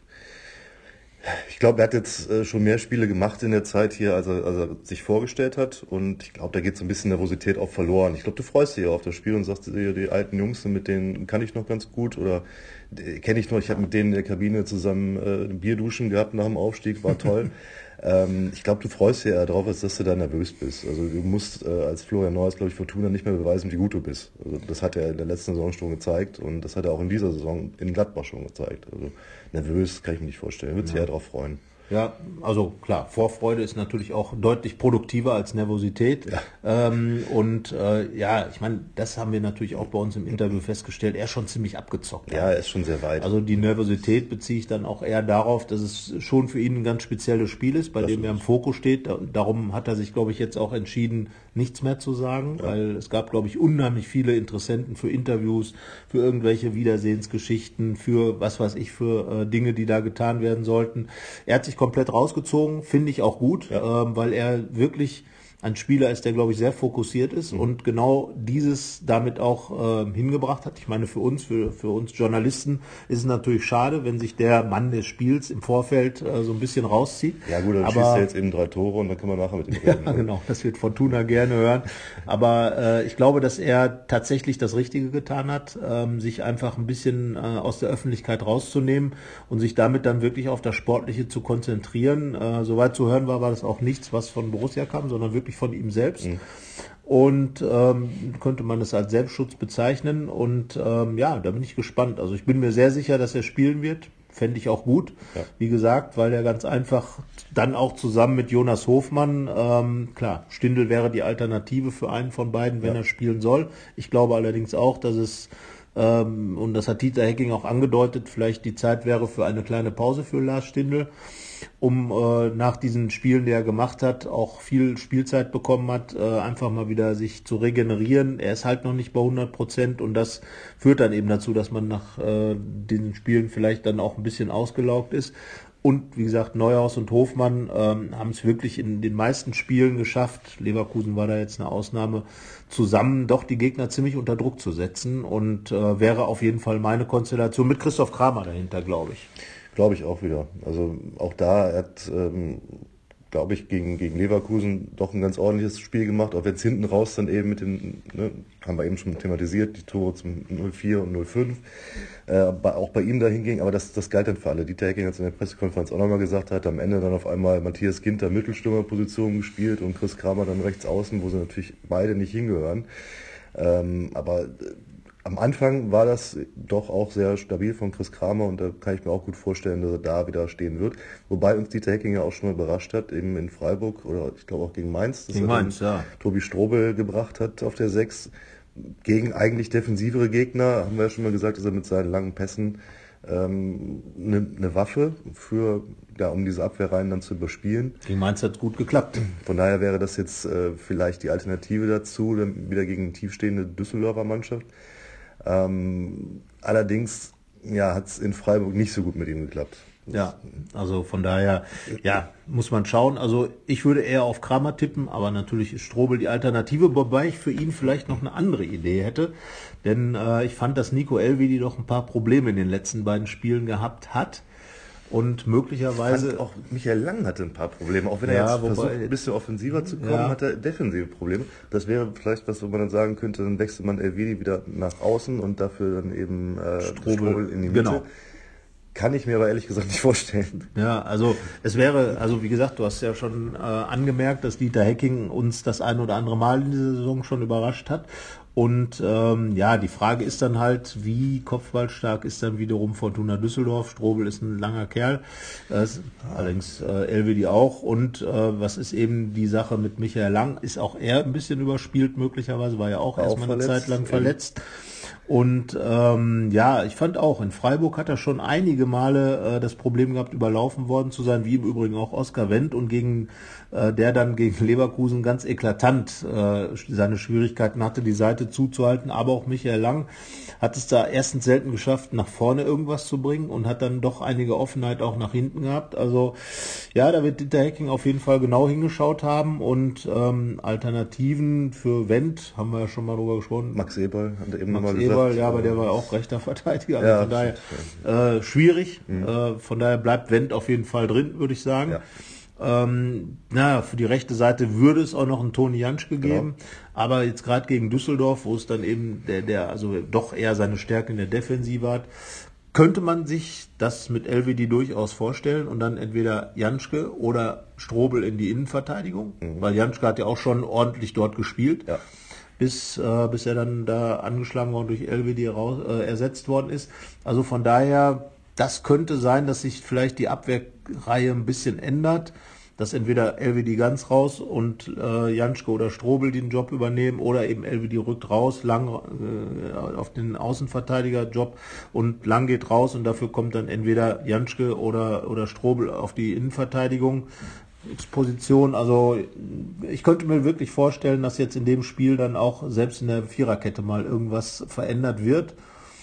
ich glaube, er hat jetzt äh, schon mehr Spiele gemacht in der Zeit hier, als er, als er sich vorgestellt hat. Und ich glaube, da geht so ein bisschen Nervosität auch verloren. Ich glaube, du freust dich ja auf das Spiel und sagst dir, die alten Jungs, mit denen kann ich noch ganz gut oder kenne ich noch. Ich habe mit denen in der Kabine zusammen äh, ein Bier duschen gehabt nach dem Aufstieg, war toll. ähm, ich glaube, du freust dich eher darauf, als dass du da nervös bist. Also du musst äh, als Florian Neuhaus, glaube ich, Fortuna nicht mehr beweisen, wie gut du bist. Also das hat er in der letzten Saison schon gezeigt und das hat er auch in dieser Saison in Gladbach schon gezeigt. Also nervös kann ich mir nicht vorstellen. Würde sich eher darauf freuen. Ja, also klar, Vorfreude ist natürlich auch deutlich produktiver als Nervosität. Ja. Ähm, und äh, ja, ich meine, das haben wir natürlich auch bei uns im Interview festgestellt. Er ist schon ziemlich abgezockt. Ja, er ist schon sehr weit. Also die Nervosität beziehe ich dann auch eher darauf, dass es schon für ihn ein ganz spezielles Spiel ist, bei das dem er im Fokus steht. Darum hat er sich, glaube ich, jetzt auch entschieden, nichts mehr zu sagen, ja. weil es gab, glaube ich, unheimlich viele Interessenten für Interviews, für irgendwelche Wiedersehensgeschichten, für was weiß ich, für äh, Dinge, die da getan werden sollten. Er hat sich komplett rausgezogen, finde ich auch gut, ja. ähm, weil er wirklich ein Spieler ist, der, glaube ich, sehr fokussiert ist mhm. und genau dieses damit auch äh, hingebracht hat. Ich meine, für uns, für, für uns Journalisten ist es natürlich schade, wenn sich der Mann des Spiels im Vorfeld äh, so ein bisschen rauszieht. Ja gut, dann aber, schießt er jetzt eben drei Tore und dann können wir nachher mit ihm reden. Ja, genau, das wird Fortuna gerne hören. Aber äh, ich glaube, dass er tatsächlich das Richtige getan hat, ähm, sich einfach ein bisschen äh, aus der Öffentlichkeit rauszunehmen und sich damit dann wirklich auf das Sportliche zu konzentrieren. Äh, soweit zu hören war, war das auch nichts, was von Borussia kam, sondern wirklich von ihm selbst. Mhm. Und ähm, könnte man es als Selbstschutz bezeichnen. Und ähm, ja, da bin ich gespannt. Also ich bin mir sehr sicher, dass er spielen wird. Fände ich auch gut. Ja. Wie gesagt, weil er ganz einfach dann auch zusammen mit Jonas Hofmann, ähm, klar, Stindl wäre die Alternative für einen von beiden, wenn ja. er spielen soll. Ich glaube allerdings auch, dass es ähm, und das hat Dieter Hecking auch angedeutet, vielleicht die Zeit wäre für eine kleine Pause für Lars Stindl, um äh, nach diesen Spielen, die er gemacht hat, auch viel Spielzeit bekommen hat, äh, einfach mal wieder sich zu regenerieren. Er ist halt noch nicht bei hundert Prozent und das führt dann eben dazu, dass man nach äh, diesen Spielen vielleicht dann auch ein bisschen ausgelaugt ist. Und wie gesagt, Neuhaus und Hofmann ähm, haben es wirklich in den meisten Spielen geschafft, Leverkusen war da jetzt eine Ausnahme, zusammen doch die Gegner ziemlich unter Druck zu setzen und äh, wäre auf jeden Fall meine Konstellation mit Christoph Kramer dahinter, glaube ich. Glaube ich auch wieder. Also auch da er hat, ähm, glaube ich, gegen, gegen Leverkusen doch ein ganz ordentliches Spiel gemacht, auch wenn es hinten raus dann eben mit den, ne, haben wir eben schon thematisiert, die Tore zum null vier und null fünf, äh, auch bei ihm dahin ging, aber das, das galt dann für alle. Dieter Hecking hat es in der Pressekonferenz auch nochmal gesagt, hat am Ende dann auf einmal Matthias Ginter Mittelstürmerposition gespielt und Chris Kramer dann rechts außen, wo sie natürlich beide nicht hingehören. Ähm, aber am Anfang war das doch auch sehr stabil von Chris Kramer und da kann ich mir auch gut vorstellen, dass er da wieder stehen wird. Wobei uns Dieter Hecking ja auch schon mal überrascht hat, eben in Freiburg oder ich glaube auch gegen Mainz, dass gegen er Mainz, ja. Tobi Strobel gebracht hat auf der sechs. Gegen eigentlich defensivere Gegner, haben wir ja schon mal gesagt, dass er mit seinen langen Pässen ähm, eine, eine Waffe für, ja, um diese Abwehrreihen dann zu überspielen. Gegen Mainz hat es gut geklappt. Von daher wäre das jetzt äh, vielleicht die Alternative dazu, dann wieder gegen eine tiefstehende Düsseldorfer Mannschaft. Ähm, allerdings ja, hat es in Freiburg nicht so gut mit ihm geklappt. Ja, also von daher, ja, muss man schauen. Also ich würde eher auf Kramer tippen, aber natürlich ist Strobel die Alternative, wobei ich für ihn vielleicht noch eine andere Idee hätte. Denn äh, ich fand, dass Nico Elvedi doch ein paar Probleme in den letzten beiden Spielen gehabt hat. Und möglicherweise auch Michael Lang hatte ein paar Probleme, auch wenn er ja, jetzt wobei, versucht, ein bisschen offensiver zu kommen, ja. hat er defensive Probleme. Das wäre vielleicht was, wo man dann sagen könnte, dann wechselt man Elvedi wieder nach außen und dafür dann eben äh, Strobel, Strobel in die Mitte. Genau. Kann ich mir aber ehrlich gesagt nicht vorstellen. Ja, also es wäre, also wie gesagt, du hast ja schon äh, angemerkt, dass Dieter Hecking uns das ein oder andere Mal in dieser Saison schon überrascht hat. Und ähm, ja, die Frage ist dann halt, wie kopfballstark ist dann wiederum Fortuna Düsseldorf. Strobel ist ein langer Kerl, äh, allerdings äh, Elvedi auch. Und äh, was ist eben die Sache mit Michael Lang? Ist auch er ein bisschen überspielt möglicherweise, war ja auch, auch erstmal eine Zeit lang verletzt. Und ähm, ja, ich fand auch, in Freiburg hat er schon einige Male äh, das Problem gehabt, überlaufen worden zu sein, wie im Übrigen auch Oskar Wendt und gegen äh, der dann gegen Leverkusen ganz eklatant äh, seine Schwierigkeiten hatte, die Seite zuzuhalten. Aber auch Michael Lang hat es da erstens selten geschafft, nach vorne irgendwas zu bringen und hat dann doch einige Offenheit auch nach hinten gehabt. Also ja, da wird Dieter Hecking auf jeden Fall genau hingeschaut haben und ähm, Alternativen für Wendt, haben wir ja schon mal drüber gesprochen. Max Eberl hat er eben Max nochmal gesagt. gesagt. Ja, aber der war ja auch rechter Verteidiger. Also ja, von daher äh, schwierig. Mhm. Äh, von daher bleibt Wendt auf jeden Fall drin, würde ich sagen. Ja. Ähm, na, für die rechte Seite würde es auch noch einen Toni Janschke geben, genau. Aber jetzt gerade gegen Düsseldorf, wo es dann eben der, der also doch eher seine Stärke in der Defensive hat, könnte man sich das mit Elvedi durchaus vorstellen und dann entweder Janschke oder Strobel in die Innenverteidigung, mhm. weil Janschke hat ja auch schon ordentlich dort gespielt. Ja. Bis, äh, bis er dann da angeschlagen worden durch Elvedi raus, äh, ersetzt worden ist. Also von daher, das könnte sein, dass sich vielleicht die Abwehrreihe ein bisschen ändert, dass entweder Elvedi ganz raus und äh, Janschke oder Strobel den Job übernehmen oder eben Elvedi rückt raus, Lang äh, auf den Außenverteidiger-Job und Lang geht raus und dafür kommt dann entweder Janschke oder, oder Strobel auf die Innenverteidigung. Position, also ich könnte mir wirklich vorstellen, dass jetzt in dem Spiel dann auch selbst in der Viererkette mal irgendwas verändert wird,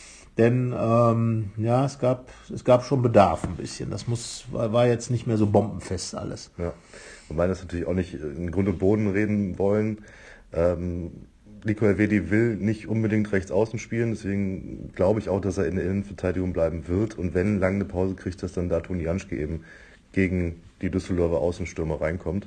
denn ähm, ja, es gab es gab schon Bedarf ein bisschen. Das muss war, war jetzt nicht mehr so bombenfest alles. Ja. wobei das natürlich auch nicht in Grund und Boden reden wollen. Ähm, Nico Elvedi will nicht unbedingt rechts außen spielen, deswegen glaube ich auch, dass er in der Innenverteidigung bleiben wird. Und wenn lange eine Pause kriegt, dass dann da Toni Janschke eben gegen die Düsseldorfer Außenstürmer reinkommt.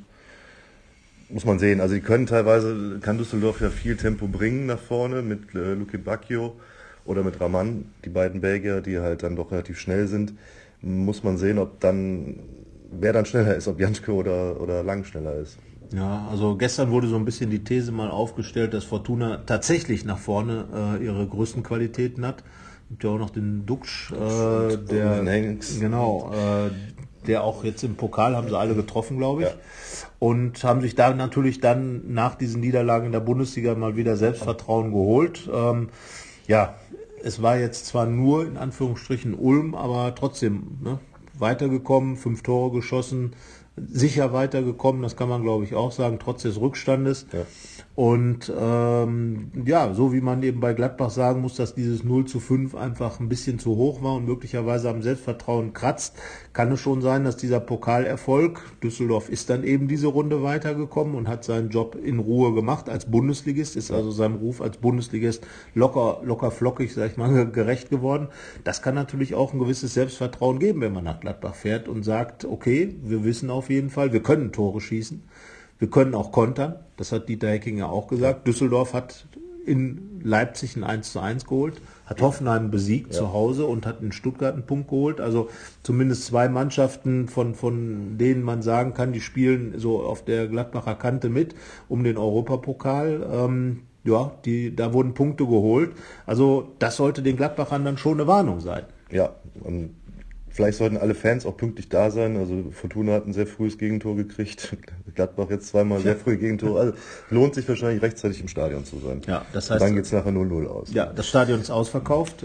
Muss man sehen. Also die können teilweise, kann Düsseldorf ja viel Tempo bringen nach vorne mit äh, Luke Bacchio oder mit Raman, die beiden Belgier, die halt dann doch relativ schnell sind. Muss man sehen, ob dann, wer dann schneller ist, ob Janschke oder, oder Lang schneller ist. Ja, also gestern wurde so ein bisschen die These mal aufgestellt, dass Fortuna tatsächlich nach vorne äh, ihre größten Qualitäten hat. Gibt ja auch noch den Duxch, äh, der genau, äh, der auch jetzt im Pokal haben sie alle getroffen, glaube ich. Ja. Und haben sich da natürlich dann nach diesen Niederlagen in der Bundesliga mal wieder Selbstvertrauen geholt. Ähm, ja, es war jetzt zwar nur in Anführungsstrichen Ulm, aber trotzdem ne, weitergekommen, fünf Tore geschossen, sicher weitergekommen, das kann man glaube ich auch sagen, trotz des Rückstandes. Ja. Und ähm, ja, so wie man eben bei Gladbach sagen muss, dass dieses null zu fünf einfach ein bisschen zu hoch war und möglicherweise am Selbstvertrauen kratzt, kann es schon sein, dass dieser Pokalerfolg, Düsseldorf ist dann eben diese Runde weitergekommen und hat seinen Job in Ruhe gemacht als Bundesligist, ist also seinem Ruf als Bundesligist locker, locker flockig, sag ich mal, gerecht geworden. Das kann natürlich auch ein gewisses Selbstvertrauen geben, wenn man nach Gladbach fährt und sagt, okay, wir wissen auf jeden Fall, wir können Tore schießen. Wir können auch kontern, das hat Dieter Hecking ja auch gesagt. Düsseldorf hat in Leipzig ein eins zu eins geholt, hat Hoffenheim besiegt ja. zu Hause und hat in Stuttgart einen Punkt geholt. Also zumindest zwei Mannschaften, von, von denen man sagen kann, die spielen so auf der Gladbacher Kante mit um den Europapokal. Ähm, ja, die, da wurden Punkte geholt. Also das sollte den Gladbachern dann schon eine Warnung sein. Ja, und vielleicht sollten alle Fans auch pünktlich da sein. Also Fortuna hat ein sehr frühes Gegentor gekriegt. Gladbach jetzt zweimal sehr frühe Gegentore. Also lohnt sich wahrscheinlich rechtzeitig im Stadion zu sein. Ja, das heißt, und dann geht's nachher null null aus. Ja, das Stadion ist ausverkauft.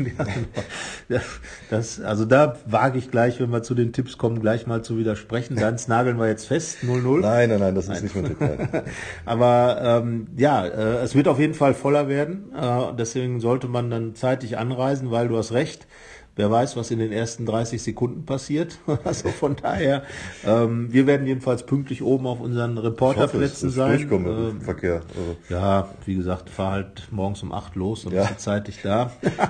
das, also da wage ich gleich, wenn wir zu den Tipps kommen, gleich mal zu widersprechen. Ganz nageln wir jetzt fest, null null. Nein, nein, nein, das nein. ist nicht mein Tipp. Aber ähm, ja, äh, es wird auf jeden Fall voller werden. Äh, deswegen sollte man dann zeitig anreisen, weil du hast recht. Wer weiß, was in den ersten dreißig Sekunden passiert. Also von daher, ähm, wir werden jedenfalls pünktlich oben auf unseren Reporterplätzen sein. Ähm, Verkehr. Also. Ja, wie gesagt, fahr halt morgens um acht los und ja. bist zeitig da.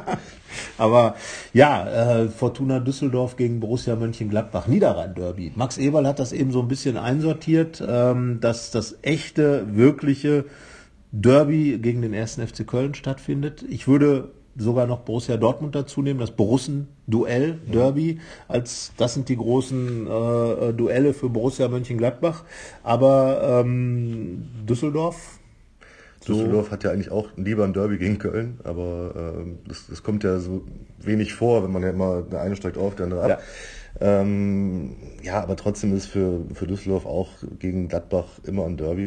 Aber ja, äh, Fortuna Düsseldorf gegen Borussia Mönchengladbach, Niederrhein-Derby. Max Eberl hat das eben so ein bisschen einsortiert, ähm, dass das echte, wirkliche Derby gegen den ersten F C Köln stattfindet. Ich würde sogar noch Borussia Dortmund dazu nehmen, das Borussen-Duell, Derby, als das sind die großen äh, Duelle für Borussia Mönchengladbach. Aber ähm, Düsseldorf? So. Düsseldorf hat ja eigentlich auch lieber ein Derby gegen Köln, aber ähm, das, das kommt ja so wenig vor, wenn man ja immer der eine steigt auf, der andere ab. Ja, ähm, ja aber trotzdem ist für, für Düsseldorf auch gegen Gladbach immer ein Derby.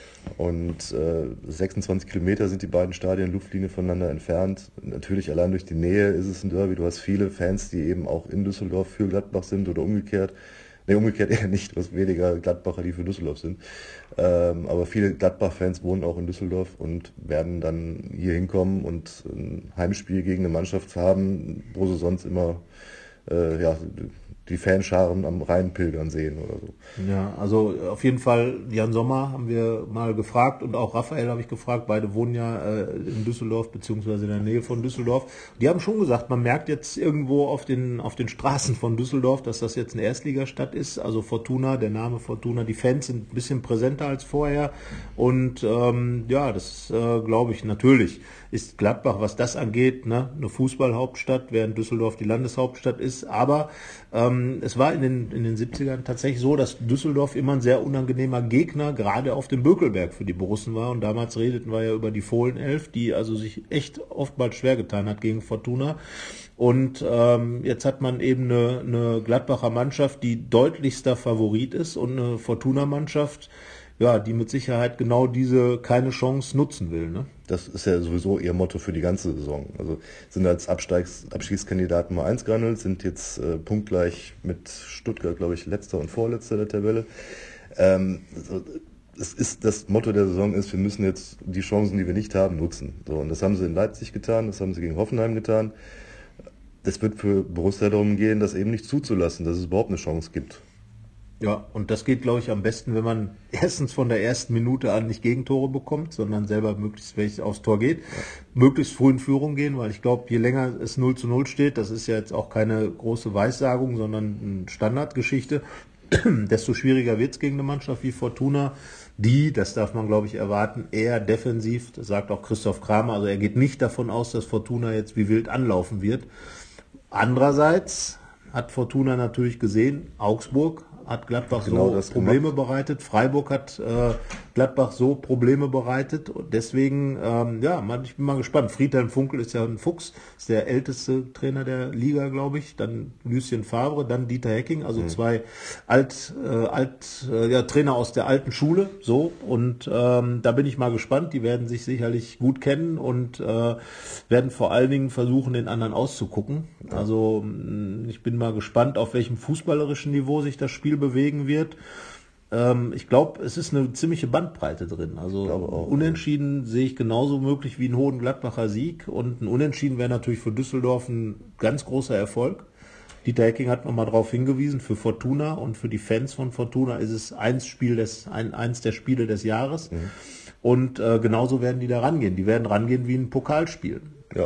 Und äh, sechsundzwanzig Kilometer sind die beiden Stadien Luftlinie voneinander entfernt. Natürlich allein durch die Nähe ist es ein Derby. Du hast viele Fans, die eben auch in Düsseldorf für Gladbach sind oder umgekehrt. Ne, umgekehrt eher nicht. Du hast weniger Gladbacher, die für Düsseldorf sind. Ähm, aber viele Gladbach-Fans wohnen auch in Düsseldorf und werden dann hier hinkommen und ein Heimspiel gegen eine Mannschaft haben, wo sie sonst immer äh, ja, die Fanscharen am Rhein pilgern sehen oder so. Ja, also auf jeden Fall, Jan Sommer haben wir mal gefragt und auch Raphael habe ich gefragt, beide wohnen ja äh, in Düsseldorf beziehungsweise in der Nähe von Düsseldorf. Die haben schon gesagt, man merkt jetzt irgendwo auf den auf den Straßen von Düsseldorf, dass das jetzt eine Erstligastadt ist. Also Fortuna, der Name Fortuna, die Fans sind ein bisschen präsenter als vorher und ähm, ja, das äh, glaube ich natürlich. Ist Gladbach, was das angeht, ne, eine Fußballhauptstadt, während Düsseldorf die Landeshauptstadt ist. Aber ähm, es war in den, in den siebzigern tatsächlich so, dass Düsseldorf immer ein sehr unangenehmer Gegner, gerade auf dem Bökelberg für die Borussen war. Und damals redeten wir ja über die Fohlenelf, die also sich echt oftmals schwer getan hat gegen Fortuna. Und ähm, jetzt hat man eben eine, eine Gladbacher Mannschaft, die deutlichster Favorit ist und eine Fortuna-Mannschaft, ja, die mit Sicherheit genau diese keine Chance nutzen will, ne? Das ist ja sowieso ihr Motto für die ganze Saison. Also sind als Absteigs- Abstiegskandidaten mal eins gehandelt, sind jetzt äh, punktgleich mit Stuttgart, glaube ich, letzter und vorletzter der Tabelle. Ähm, also, es ist das Motto der Saison ist, wir müssen jetzt die Chancen, die wir nicht haben, nutzen. So, und das haben sie in Leipzig getan, das haben sie gegen Hoffenheim getan. Es wird für Borussia darum gehen, das eben nicht zuzulassen, dass es überhaupt eine Chance gibt. Ja, und das geht, glaube ich, am besten, wenn man erstens von der ersten Minute an nicht Gegentore bekommt, sondern selber möglichst welches aufs Tor geht, ja. möglichst früh in Führung gehen, weil ich glaube, je länger es null zu null steht, das ist ja jetzt auch keine große Weissagung, sondern eine Standardgeschichte, desto schwieriger wird es gegen eine Mannschaft wie Fortuna, die, das darf man, glaube ich, erwarten, eher defensiv, das sagt auch Christoph Kramer, also er geht nicht davon aus, dass Fortuna jetzt wie wild anlaufen wird. Andererseits hat Fortuna natürlich gesehen, Augsburg hat Gladbach genau so Probleme gemacht. bereitet, Freiburg hat äh, Gladbach so Probleme bereitet und deswegen, ähm, ja, man, ich bin mal gespannt. Friedhelm Funkel ist ja ein Fuchs, ist der älteste Trainer der Liga, glaube ich, dann Lucien Favre, dann Dieter Hecking, also mhm. zwei alt, äh, alt äh, ja, Trainer aus der alten Schule, so, und ähm, da bin ich mal gespannt, die werden sich sicherlich gut kennen und äh, werden vor allen Dingen versuchen, den anderen auszugucken. Ja. Also ich bin mal gespannt, auf welchem fußballerischen Niveau sich das Spiel bewegen wird. Ähm, ich glaube, es ist eine ziemliche Bandbreite drin. Also auch, Unentschieden ja. sehe ich genauso möglich wie einen hohen Gladbacher Sieg. Und ein Unentschieden wäre natürlich für Düsseldorf ein ganz großer Erfolg. Dieter Hecking hat nochmal darauf hingewiesen, für Fortuna und für die Fans von Fortuna ist es eins, Spiel des, ein, eins der Spiele des Jahres. Mhm. Und äh, genauso werden die da rangehen. Die werden rangehen wie ein Pokalspiel. Ja.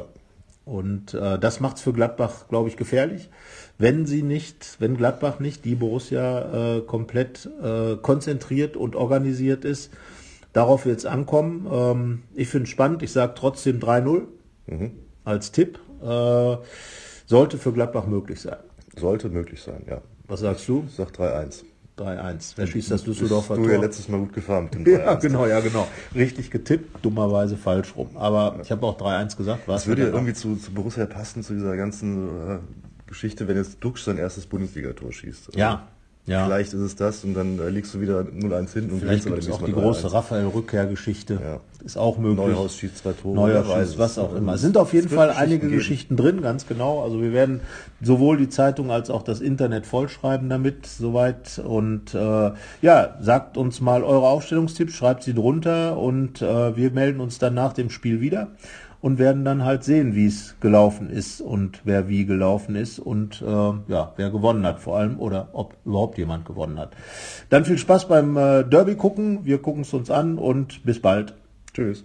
Und äh, das macht es für Gladbach, glaube ich, gefährlich. Wenn sie nicht, wenn Gladbach nicht die Borussia äh, komplett äh, konzentriert und organisiert ist, darauf wird es ankommen. Ähm, ich finde es spannend, ich sage trotzdem drei null mhm. als Tipp. Äh, sollte für Gladbach möglich sein. Sollte möglich sein, ja. Was sagst du? Ich sag drei eins. drei eins. Wer schießt das Düsseldorfer Tor? Du ja letztes Mal gut gefahren mit dem drei eins. Ja, genau, ja, genau. Richtig getippt, dummerweise falsch rum. Aber ich habe auch drei eins gesagt. Das würde ja irgendwie zu, zu Borussia passen, zu dieser ganzen äh, Geschichte, wenn jetzt Duxch sein erstes Bundesligator schießt. Also ja, ja. Vielleicht ist es das und dann äh, liegst du wieder null eins hinten. Und vielleicht gibt es auch die große Raphael-Rückkehr-Geschichte. Ja. Ist auch möglich. Neuhaus schießt zwei Tore. Neuhaus schießt was auch immer. Es sind auf jeden Fall einige Geschichten drin, ganz genau. Also wir werden sowohl die Zeitung als auch das Internet vollschreiben damit, soweit. Und äh, ja, sagt uns mal eure Aufstellungstipps, schreibt sie drunter und äh, wir melden uns dann nach dem Spiel wieder. Und werden dann halt sehen, wie es gelaufen ist und wer wie gelaufen ist und äh, ja, wer gewonnen hat vor allem oder ob überhaupt jemand gewonnen hat. Dann viel Spaß beim äh, Derby gucken. Wir gucken es uns an und bis bald. Tschüss.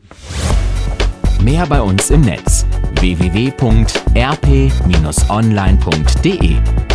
Mehr bei uns im Netz w w w punkt r p Bindestrich online punkt d e